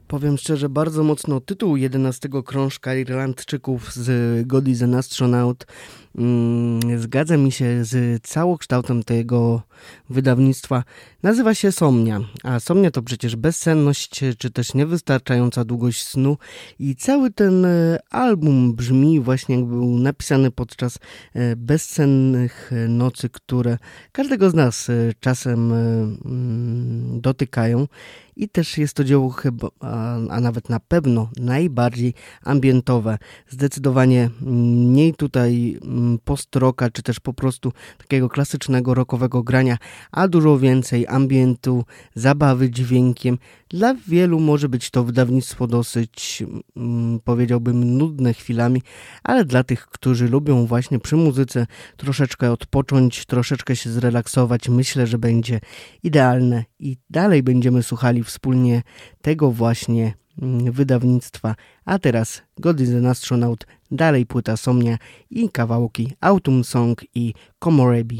Powiem szczerze, bardzo mocno tytuł 11 krążka Irlandczyków z God is an Astronaut zgadza mi się z całokształtem tego wydawnictwa. Nazywa się Somnia, a Somnia to przecież bezsenność, czy też niewystarczająca długość snu i cały ten album brzmi właśnie jakby był napisany podczas bezsennych nocy, które każdego z nas czasem dotykają. I też jest to dzieło chyba, a nawet na pewno najbardziej ambientowe. Zdecydowanie mniej tutaj post-rocka, czy też po prostu takiego klasycznego rockowego grania, a dużo więcej ambientu, zabawy dźwiękiem. Dla wielu może być to wydawnictwo dosyć, powiedziałbym, nudne chwilami, ale dla tych, którzy lubią właśnie przy muzyce troszeczkę odpocząć, troszeczkę się zrelaksować, myślę, że będzie idealne i dalej będziemy słuchali wspólnie tego właśnie wydawnictwa. A teraz God is an Astronaut, dalej płyta Somnia i kawałki Autumn Song i Komorebi.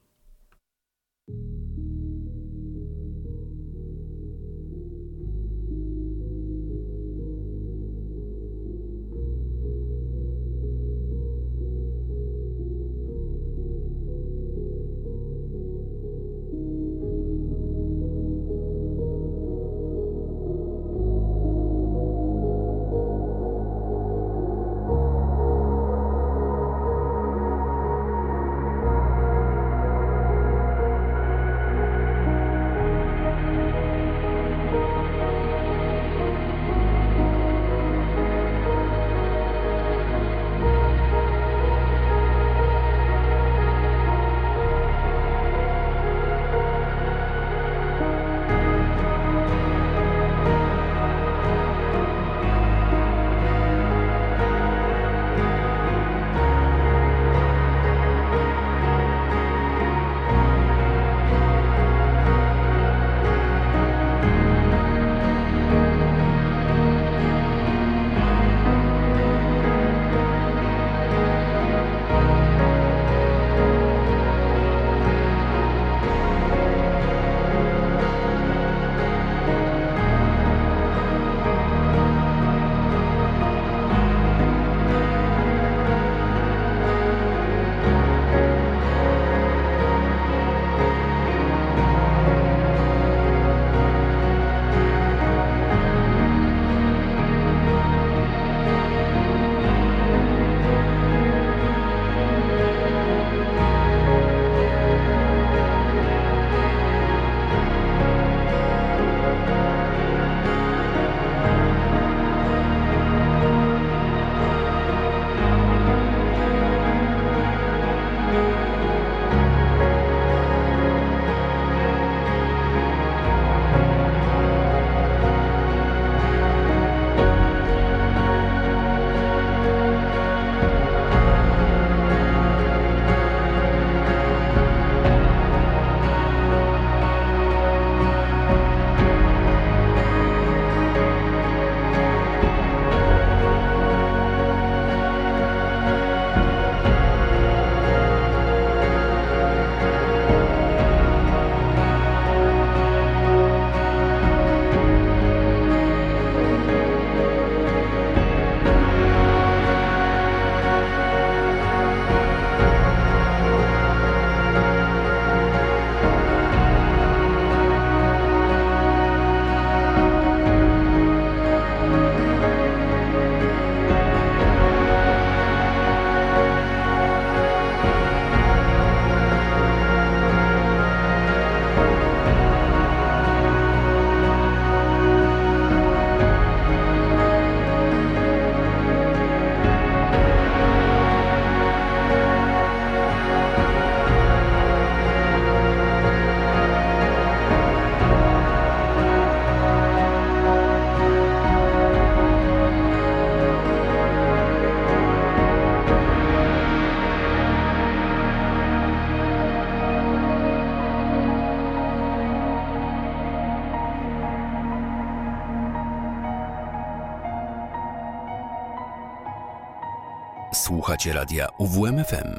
Słuchacie radia UWMFM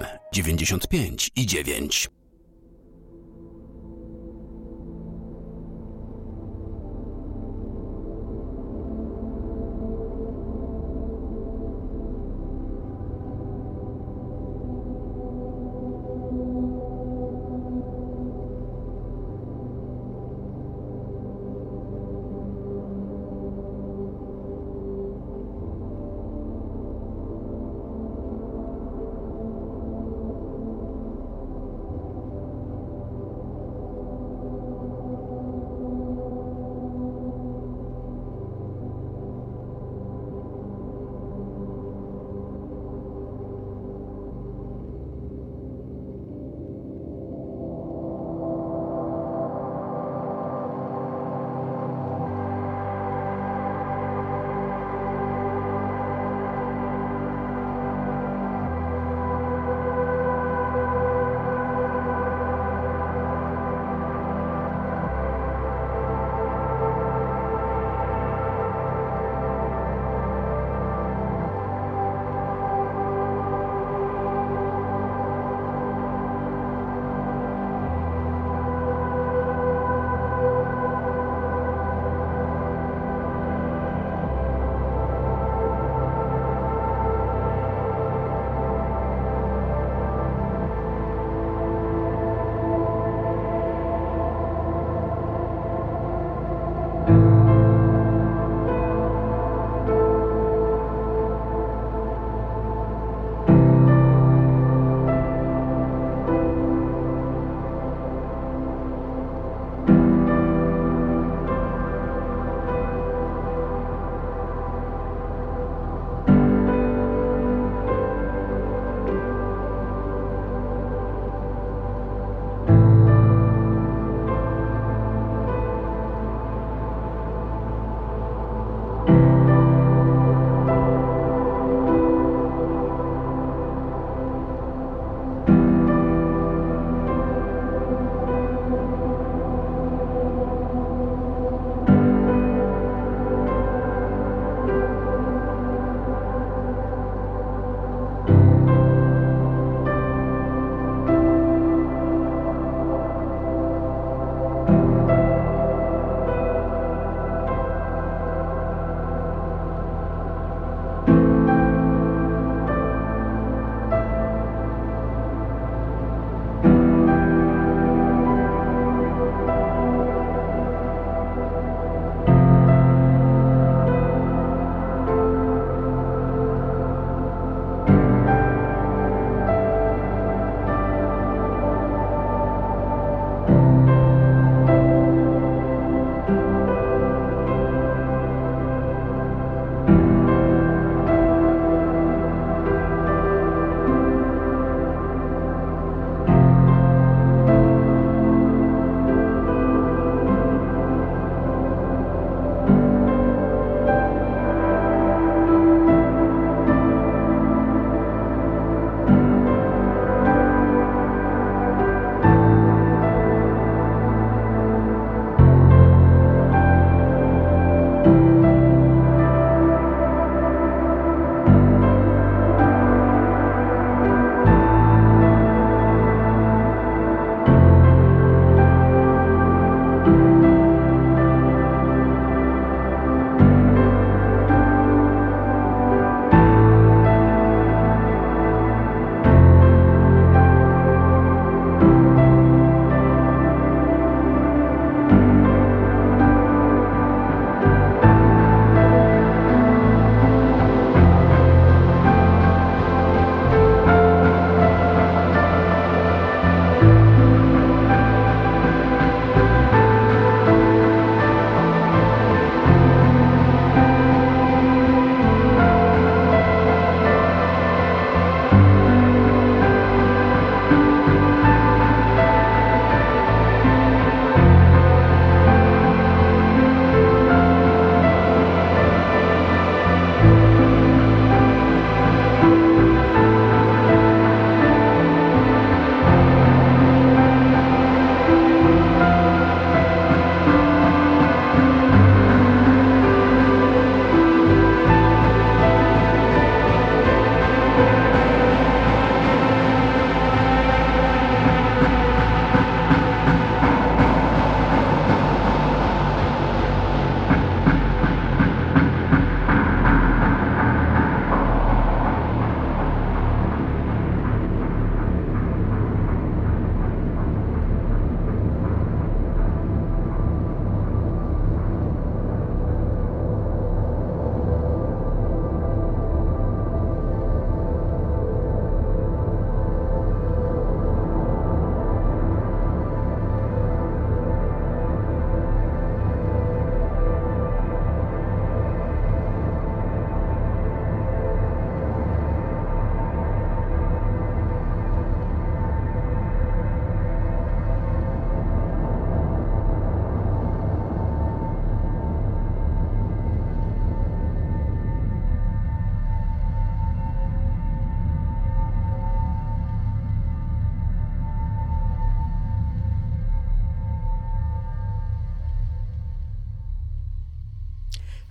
95,9.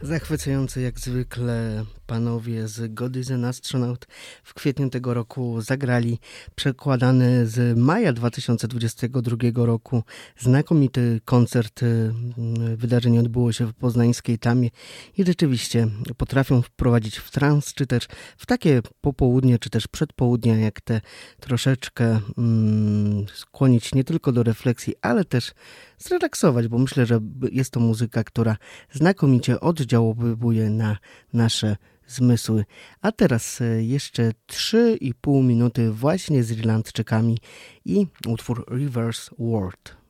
Zachwycający jak zwykle panowie z God is an Astronaut w kwietniu tego roku zagrali przekładany z maja 2022 roku znakomity koncert. Wydarzenie odbyło się w poznańskiej Tamie i rzeczywiście potrafią wprowadzić w trans, czy też w takie popołudnie, czy też przedpołudnia, jak te troszeczkę skłonić nie tylko do refleksji, ale też zrelaksować, bo myślę, że jest to muzyka, która znakomicie oddziałuje na nasze zmysły. A teraz jeszcze 3,5 minuty właśnie z Irlandczykami i utwór Reverse World.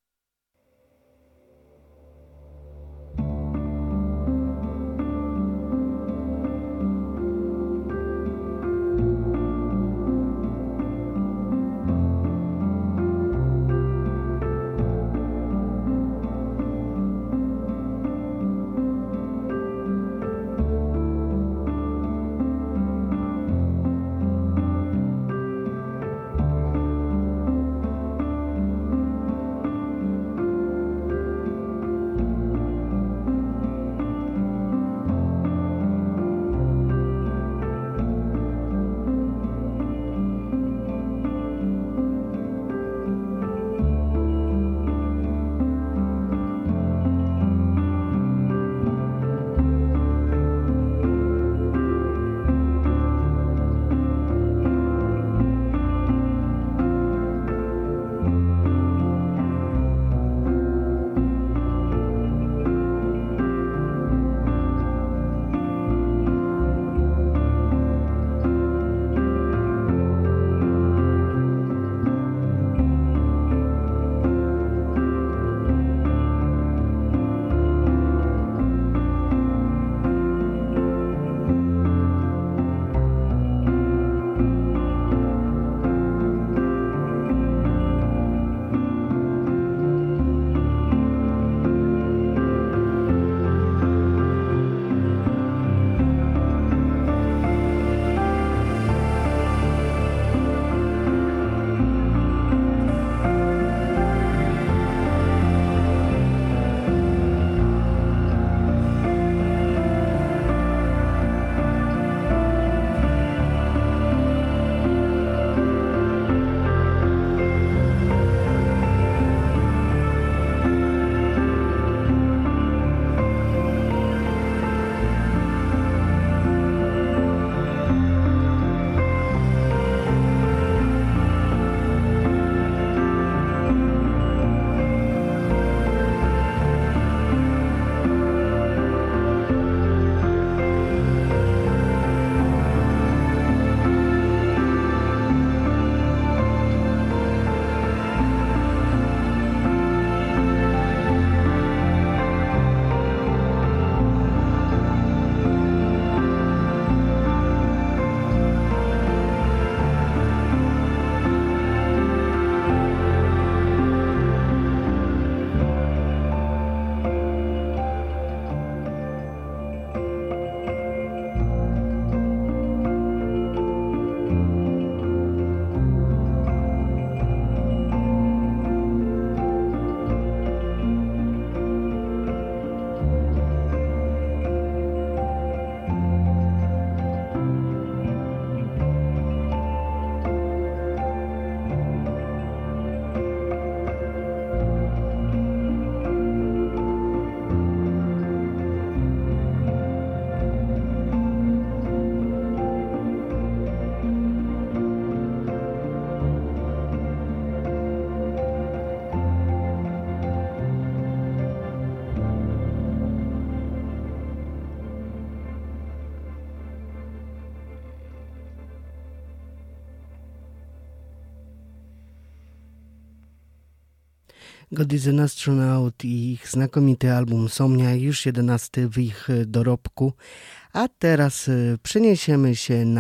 God is an Astronaut i ich znakomity album Somnia, już 11 w ich dorobku. A teraz przeniesiemy się na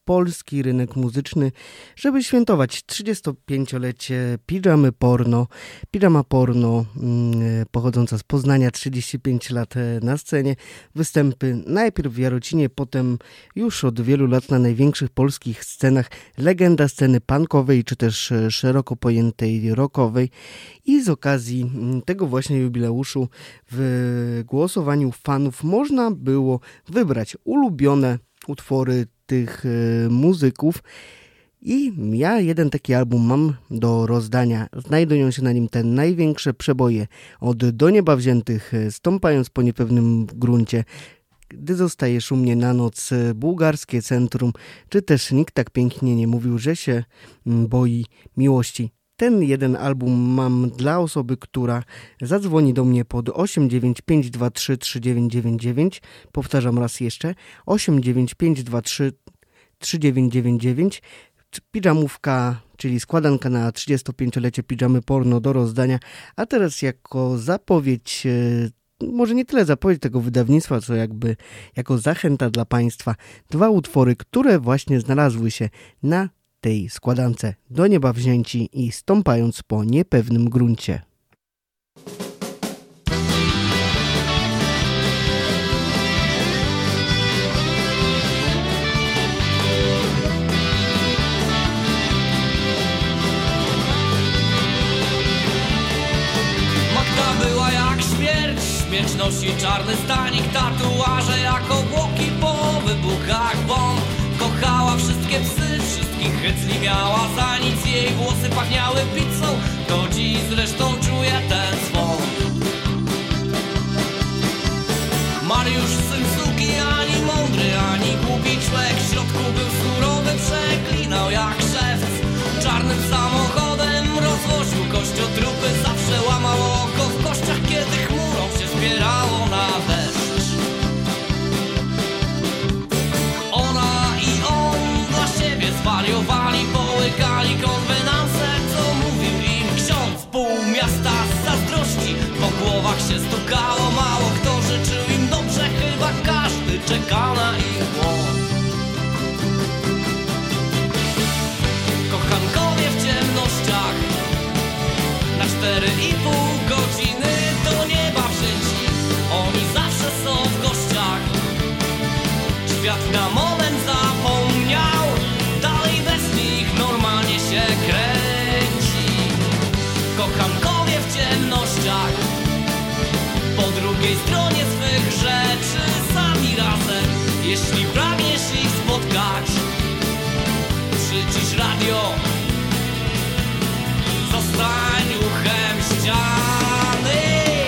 polski rynek muzyczny, żeby świętować 35-lecie Pijamy Porno. Pijama Porno, pochodząca z Poznania, 35 lat na scenie. Występy najpierw w Jarocinie, potem już od wielu lat na największych polskich scenach. Legenda sceny punkowej, czy też szeroko pojętej rockowej. I z okazji tego właśnie jubileuszu w głosowaniu fanów można było wybrać ulubione utwory tych muzyków. I ja jeden taki album mam do rozdania. Znajdują się na nim te największe przeboje od Do nieba wziętych, Stąpając po niepewnym gruncie, Gdy zostajesz u mnie na noc, Bułgarskie centrum, czy też Nikt tak pięknie nie mówił, że się boi miłości. Ten jeden album mam dla osoby, która zadzwoni do mnie pod 895233999. Powtarzam raz jeszcze, 895233999. Pidżamówka, czyli składanka na 35-lecie Pijamy Porno do rozdania. A teraz jako zapowiedź, może nie tyle zapowiedź tego wydawnictwa, co jakby jako zachęta dla Państwa, dwa utwory, które właśnie znalazły się na tej składance: Do nieba wzięci i Stąpając po niepewnym gruncie. Magda była jak śmierć, śmierć nosi czarny stanik, tatuaże jak obłoki po wybuchach bomb. Kochała wszystkie psy, wszystkich hycli miała za nic. Jej włosy pachniały pizzą, do dziś zresztą czuję ten swąd. Mariusz, syn suki, ani mądry, ani głupi człowiek. W środku był surowy, przeklinał jak szewc. Czarnym samochodem rozwoził kościotrupy. Zawsze łamał oko w kościach, kiedy chmurą się zbierało na deszcz. Zwariowali, połykali konwenanse, co mówił im ksiądz. Pół miasta z zazdrości po głowach się stukało. Mało kto życzył im dobrze, chyba każdy czekał na ich błąd. Kochankowie w ciemnościach na 4,5 godziny do nieba wzięci. Oni zawsze są w gościach. Świat na moment zapomniał, dalej bez nich normalnie się kręci. Kochankowie w ciemnościach, po drugiej stronie swych rzeczy, sami razem, jeśli pragniesz ich spotkać. Przycisz radio, zostań uchem ściany.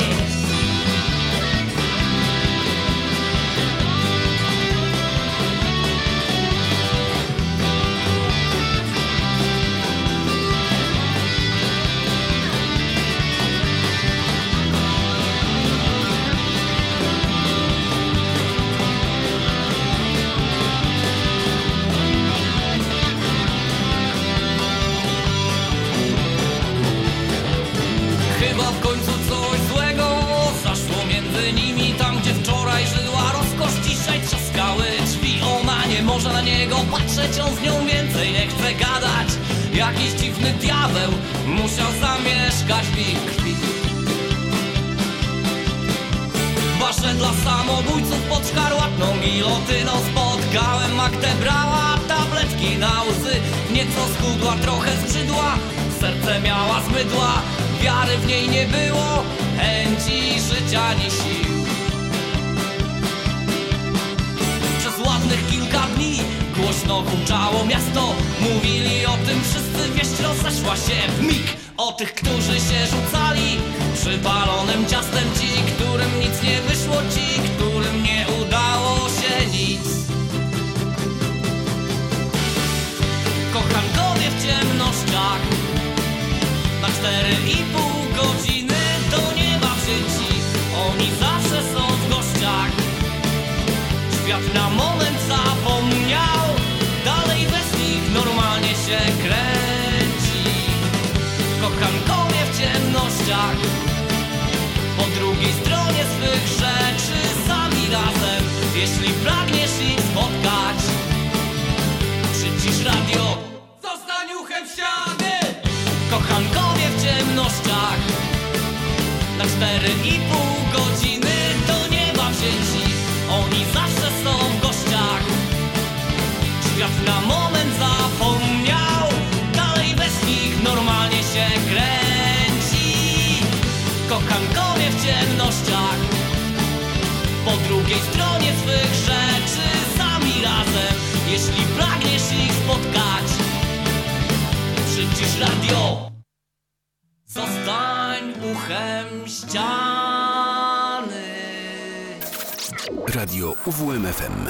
W końcu coś złego zaszło między nimi. Tam, gdzie wczoraj żyła rozkosz, dzisiaj trzaskały drzwi. Ona nie może na niego patrzeć, on z nią więcej nie chce gadać. Jakiś dziwny diabeł musiał zamieszkać w ich krwi. W barze dla samobójców pod szkarłatną gilotyną spotkałem Magdę, brała tabletki na łzy. Nieco schudła, trochę zbrzydła, serce miała z mydła. Wiary w niej nie było, chęci życia ani sił. Przez ładnych kilka dni głośno huczało miasto. Mówili o tym wszyscy, wieść rozeszła się w mig. O tych, którzy się rzucali przypalonym ciastem. Ci, którym nic nie wyszło, ci, którym nie udało się nic. Kochankowie w ciemnościach na 4,5 godziny do nieba wzięci. Oni zawsze są w gościach. Świat na moment zapomniał, dalej bez nich normalnie się kręci. Kochankowie w ciemnościach, po drugiej stronie swych rzeczy, sami razem, jeśli pragniesz ich spotkać. przycisz radio, zostań uchem w ściany. Kochankowie w ciemnościach na 4,5 godziny do nieba wzięci, oni zawsze są w gościach. Świat na moment zapomniał, dalej bez nich normalnie się kręci. Kochankowie w ciemnościach, po drugiej stronie swych rzeczy, sami razem, jeśli pragniesz ich spotkać, przycisz radio, zostań uchem ściany. Radio UWMFM.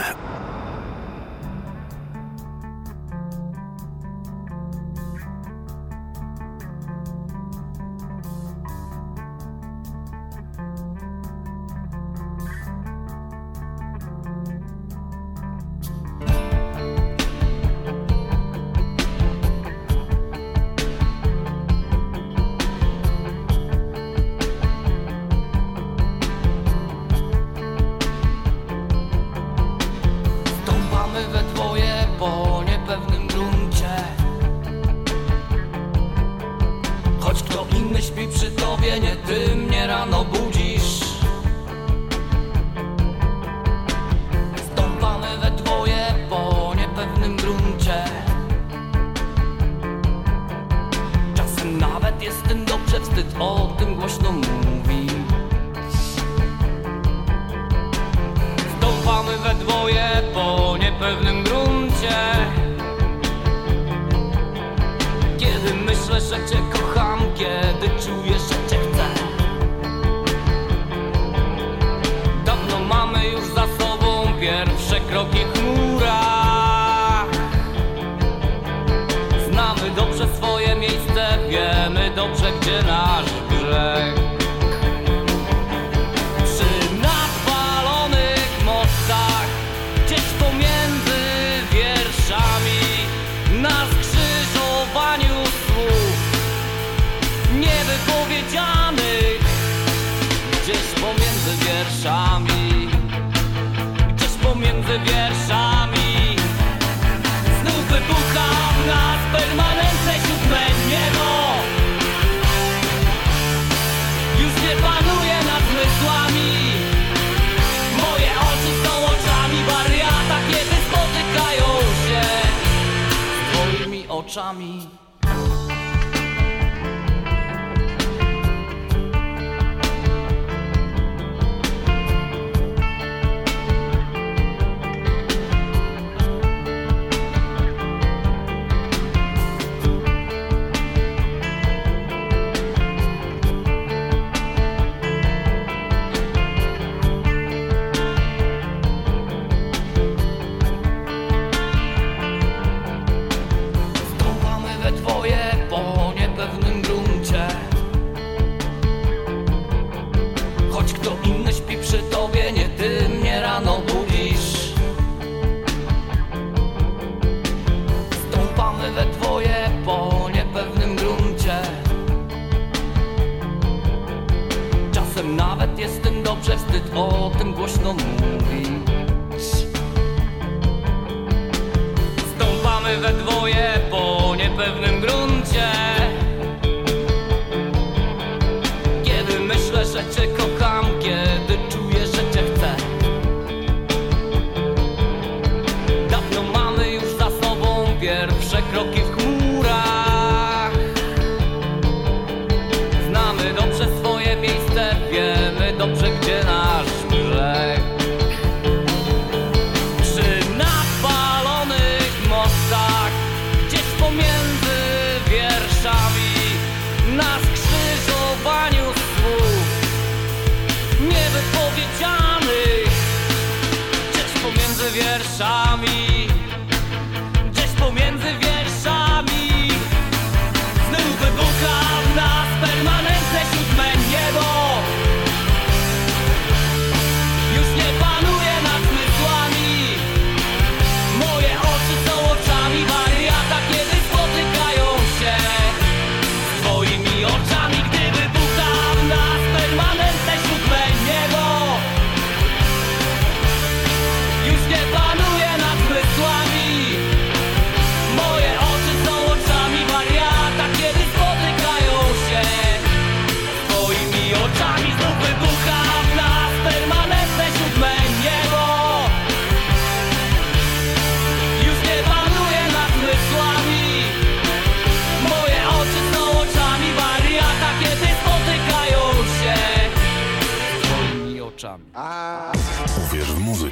Już nie panuje nad zmysłami.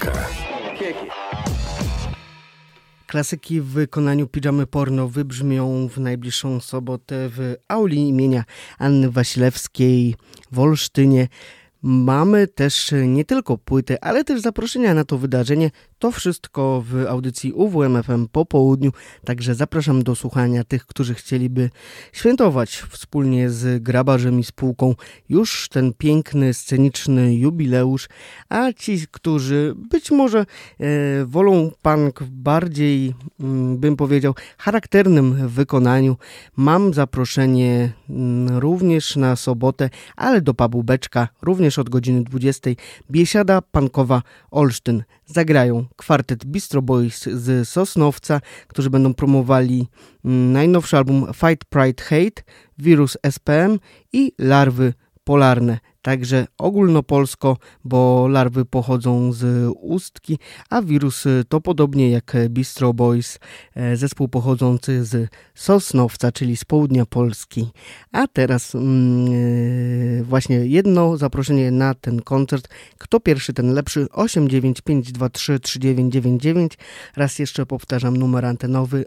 Klasyki w wykonaniu Pijamy Porno wybrzmią w najbliższą sobotę w auli imienia Anny Wasilewskiej w Olsztynie. Mamy też nie tylko płytę, ale też zaproszenia na to wydarzenie. To wszystko w audycji UWM FM po południu, także zapraszam do słuchania tych, którzy chcieliby świętować wspólnie z Grabarzem i spółką już ten piękny, sceniczny jubileusz, a ci, którzy być może wolą punk w bardziej, bym powiedział, charakternym wykonaniu, mam zaproszenie również na sobotę, ale do pubu Beczka, również od godziny 20. Biesiada punkowa Olsztyn. Zagrają kwartet Bistro Boys z Sosnowca, którzy będą promowali najnowszy album Fight Pride Hate, Wirus SPM i Larwy Polarne. Także ogólnopolsko, bo larwy pochodzą z Ustki, a Wirus to podobnie jak Bistro Boys, zespół pochodzący z Sosnowca, czyli z południa Polski. A teraz właśnie jedno zaproszenie na ten koncert. Kto pierwszy, ten lepszy. 895233999. Raz jeszcze powtarzam numer antenowy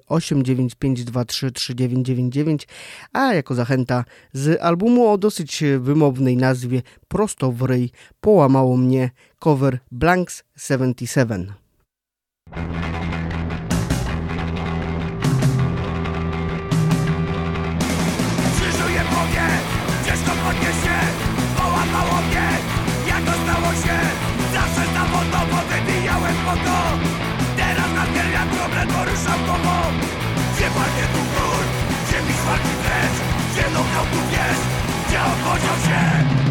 895233999. A jako zachęta z albumu o dosyć wymownej nazwie Prosto w ryj połamało mnie cover Blanks 77. Krzyżuję Bogie, ciężko podniesie, połamało mnie, jak stało się. Zawsze za wodą, bo wybijałem poko. Teraz nadmiernia problem, bo ruszam głową. Gdzie panie tu król, gdzie mi szwarki wręcz, gdzie nognął tu wiesz, gdzie on podział się.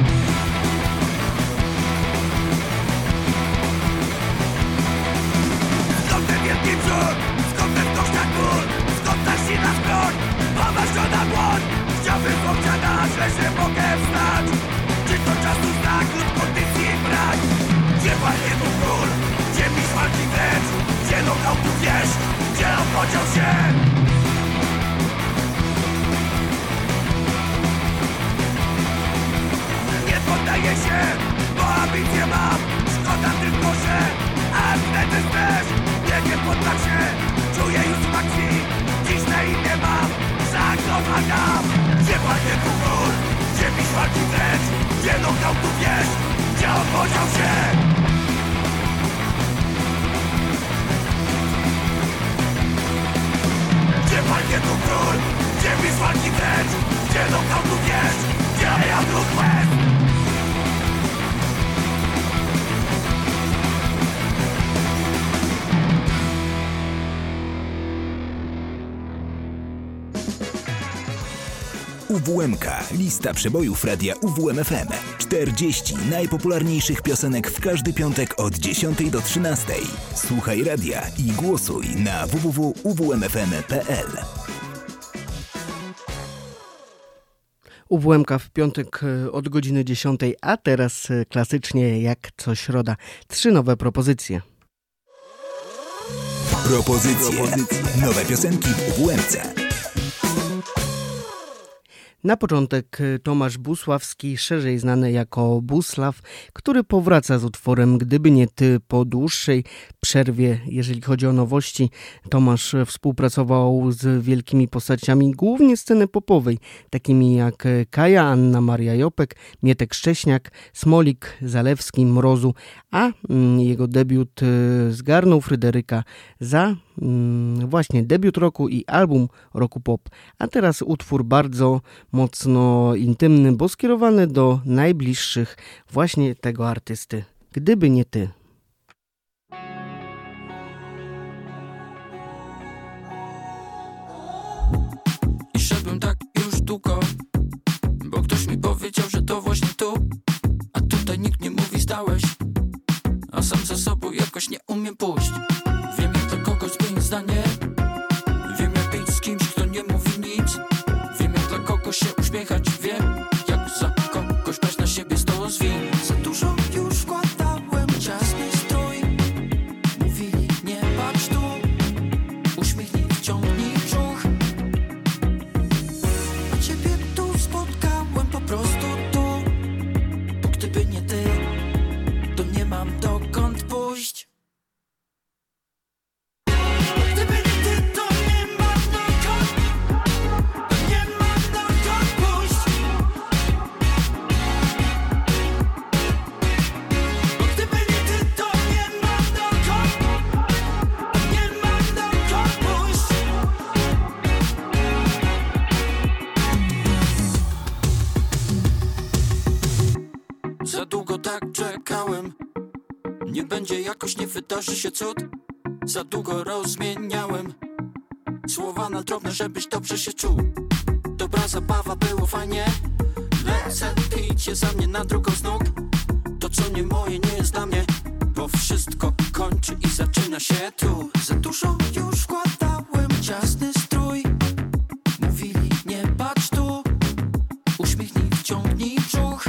Skąd ten wielki wzór, skąd ten kosztach ból, skąd ta silna zbroń, poważona dłoń. Chciałbym chłopciana, źle się mogę wstać. Czy to czasu znak lub kondycji brak? Gdzie panie tu król, gdzie mi walki wręcz, gdzie nognął tu wieś, gdzie on podział się. Nie poddaję się, bo ambicje mam. Szkoda tylko, że atletyzm też. Nie poddam się, czuję już smak krwi. Dziś na imię mam Żaglowagam. Gdzie panie tu król, gdzie mi walki wręcz, gdzie nognął tu wieś, gdzie on podział się. Gdzie panie tu król, gdzie mi walki wręcz, gdzie nognął tu wieś, gdzie ja tu łez. UWMka. Lista przebojów radia UWM-FM. 40 najpopularniejszych piosenek w każdy piątek od 10 do 13. Słuchaj radia i głosuj na www.uwmfm.pl. UWMka w piątek od godziny 10, a teraz klasycznie jak co środa 3 nowe propozycje. Propozycje. Nowe piosenki w UWMce. Na początek Tomasz Busławski, szerzej znany jako Buslaw, który powraca z utworem Gdyby nie ty po dłuższej przerwie, jeżeli chodzi o nowości. Tomasz współpracował z wielkimi postaciami, głównie sceny popowej, takimi jak Kaja, Anna Maria Jopek, Mietek Szcześniak, Smolik, Zalewski, Mrozu, a jego debiut zgarnął Fryderyka za właśnie debiut roku i album roku pop. A teraz utwór bardzo mocno intymny, bo skierowany do najbliższych właśnie tego artysty. Gdyby nie ty. I szedłem tak już długo, bo ktoś mi powiedział, że to właśnie tu. A tutaj nikt nie mówi stałeś, a sam za sobą jakoś nie umiem pójść. Wiem jak dla kogoś zmienić zdanie, wiem jak być z kimś, kto nie mówi nic. Wiem jak dla kogoś się uśmiechać, wiem jak za kogoś brać na siebie 100 zwin. Za dużo już wkładałem ciasny strój, mówili nie patrz tu, uśmiechnij, wciągnij brzuch. A ciebie tu spotkałem po prostu tu, bo gdyby nie ty, to nie mam dokąd pójść. czekałem. Nie będzie jakoś, nie wydarzy się cud. Za długo rozmieniałem słowa na drobne, żebyś dobrze się czuł. Dobra zabawa, było fajnie. Lecę pić je za mnie na drugą z nóg. To co nie moje nie jest dla mnie, bo wszystko kończy i zaczyna się tu. Za dużo już wkładałem w ciasny strój. Mówili nie patrz tu, uśmiechnij, wciągnij brzuch.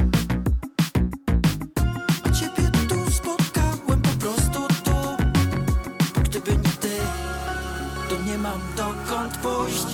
A ciebie tu spotkałem po prostu tu. Gdyby nie ty, to nie mam dokąd pójść.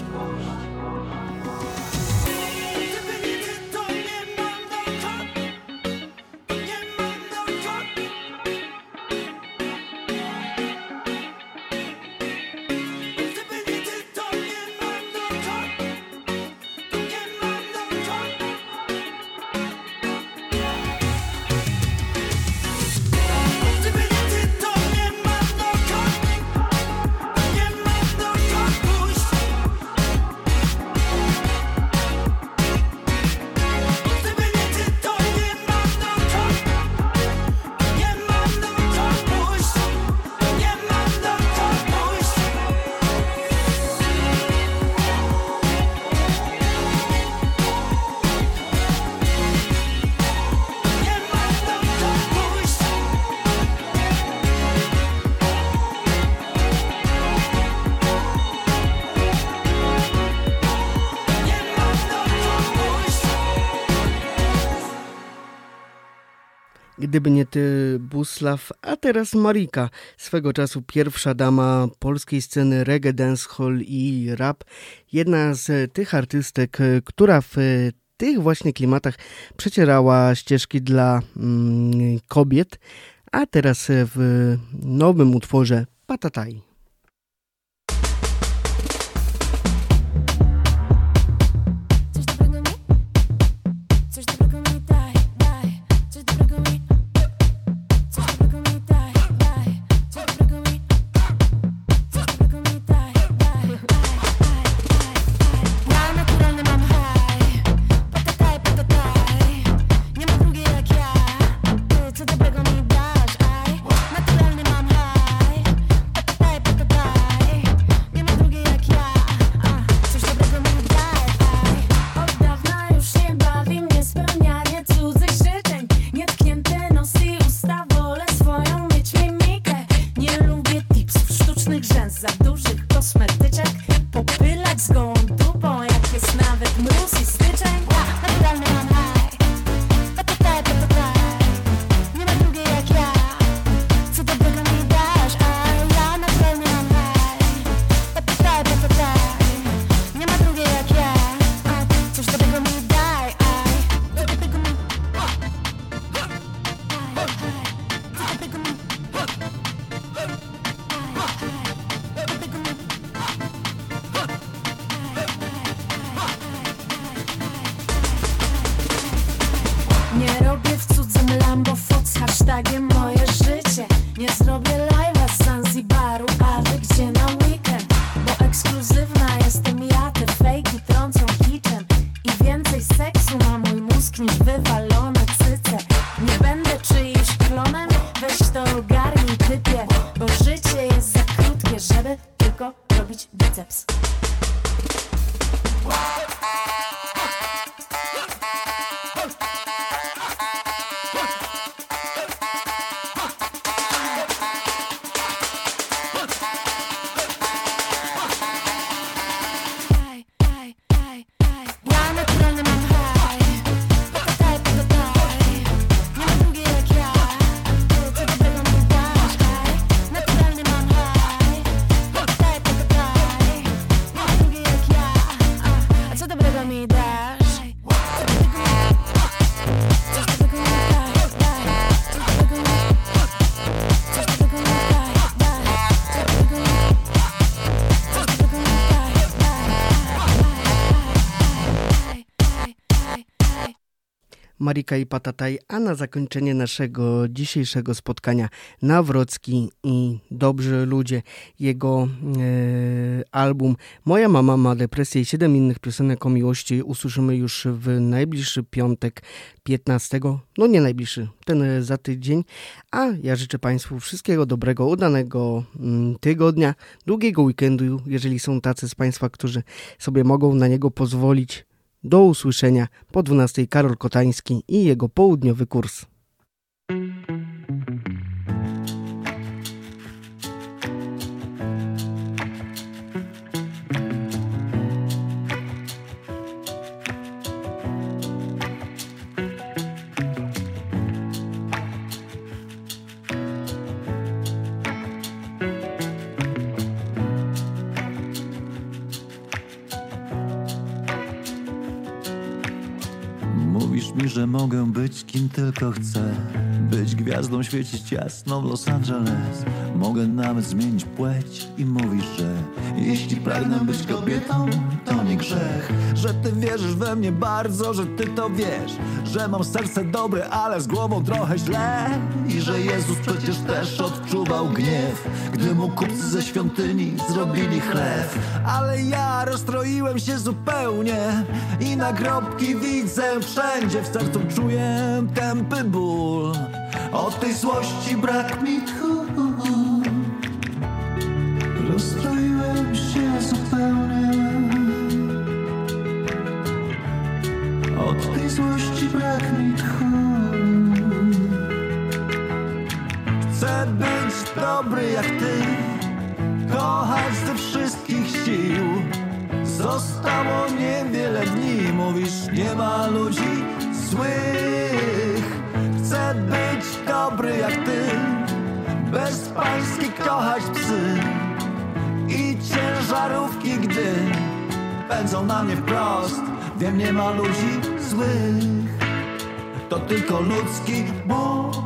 Gdyby nie ty, Busław, a teraz Marika, swego czasu pierwsza dama polskiej sceny reggae, dancehall i rap. Jedna z tych artystek, która w tych właśnie klimatach przecierała ścieżki dla kobiet, a teraz w nowym utworze Patataj. Marika i Patataj, a na zakończenie naszego dzisiejszego spotkania Nawrocki i Dobrzy Ludzie. Jego album Moja mama ma depresję i 7 innych piosenek o miłości usłyszymy już w najbliższy piątek 15, no nie najbliższy, ten za tydzień, a ja życzę Państwu wszystkiego dobrego, udanego tygodnia, długiego weekendu, jeżeli są tacy z Państwa, którzy sobie mogą na niego pozwolić. Do usłyszenia po 12. Karol Kotański i jego południowy kurs. Mówisz mi, że mogę być kim tylko chcę, być gwiazdą, świecić jasno w Los Angeles. Mogę nawet zmienić płeć i mówisz, że jeśli pragnę być kobietą, to nie grzech. Że ty wierzysz we mnie bardzo, że ty to wiesz, że mam serce dobre, ale z głową trochę źle. I że Jezus przecież też odczuwał gniew, gdy mu kupcy ze świątyni zrobili chleb. Ale ja rozstroiłem się zupełnie i nagrobki widzę wszędzie. W sercu czuję tępy ból, od tej złości brak mi tchu. Rozstroiłem się zupełnie, od tej złości brak mi tchu. Chcę być dobry jak ty, kochać ze wszystkich sił. Zostało niewiele dni, mówisz, nie ma ludzi złych. Chcę być dobry jak ty, bezpański kochać psy i ciężarówki, gdy pędzą na mnie wprost. Wiem, nie ma ludzi złych, to tylko ludzki błąd.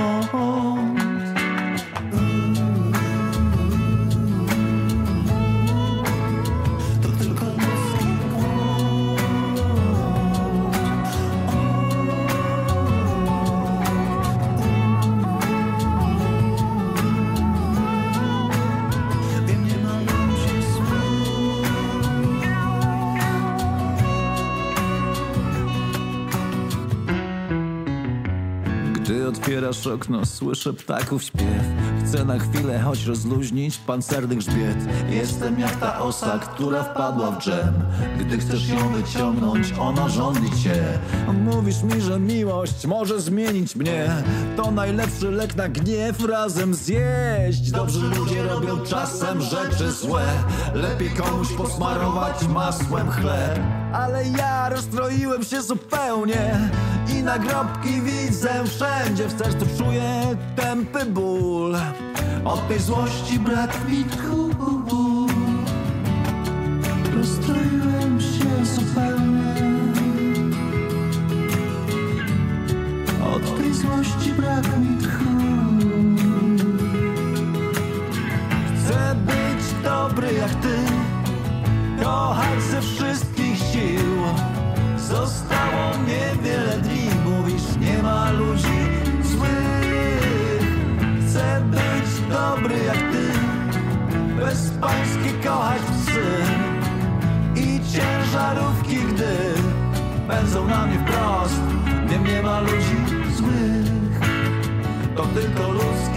Otwierasz okno, słyszę ptaków śpiew. Chcę na chwilę choć rozluźnić pancerny grzbiet. Jestem jak ta osa, która wpadła w dżem. Gdy chcesz ją wyciągnąć, ona żądli cię. Mówisz mi, że miłość może zmienić mnie. To najlepszy lek na gniew, razem zjeść. Dobrzy ludzie robią czasem rzeczy złe. Lepiej komuś posmarować masłem chleb. Ale ja rozstroiłem się zupełnie i nagrobki widzę wszędzie. W sercu czuję tępy ból, od tej złości brak mi tchu. Rozstroiłem się zupełnie, od tej złości brak mi tchu. Chcę być dobry jak ty, kochać ze wszystkich sił. Zostało niewiele dni, mówisz, nie ma ludzi złych. Chcę być dobry jak ty, bezpański kochać psy i ciężarówki, gdy pędzą na mnie wprost. Wiem, nie ma ludzi złych, to tylko ludzki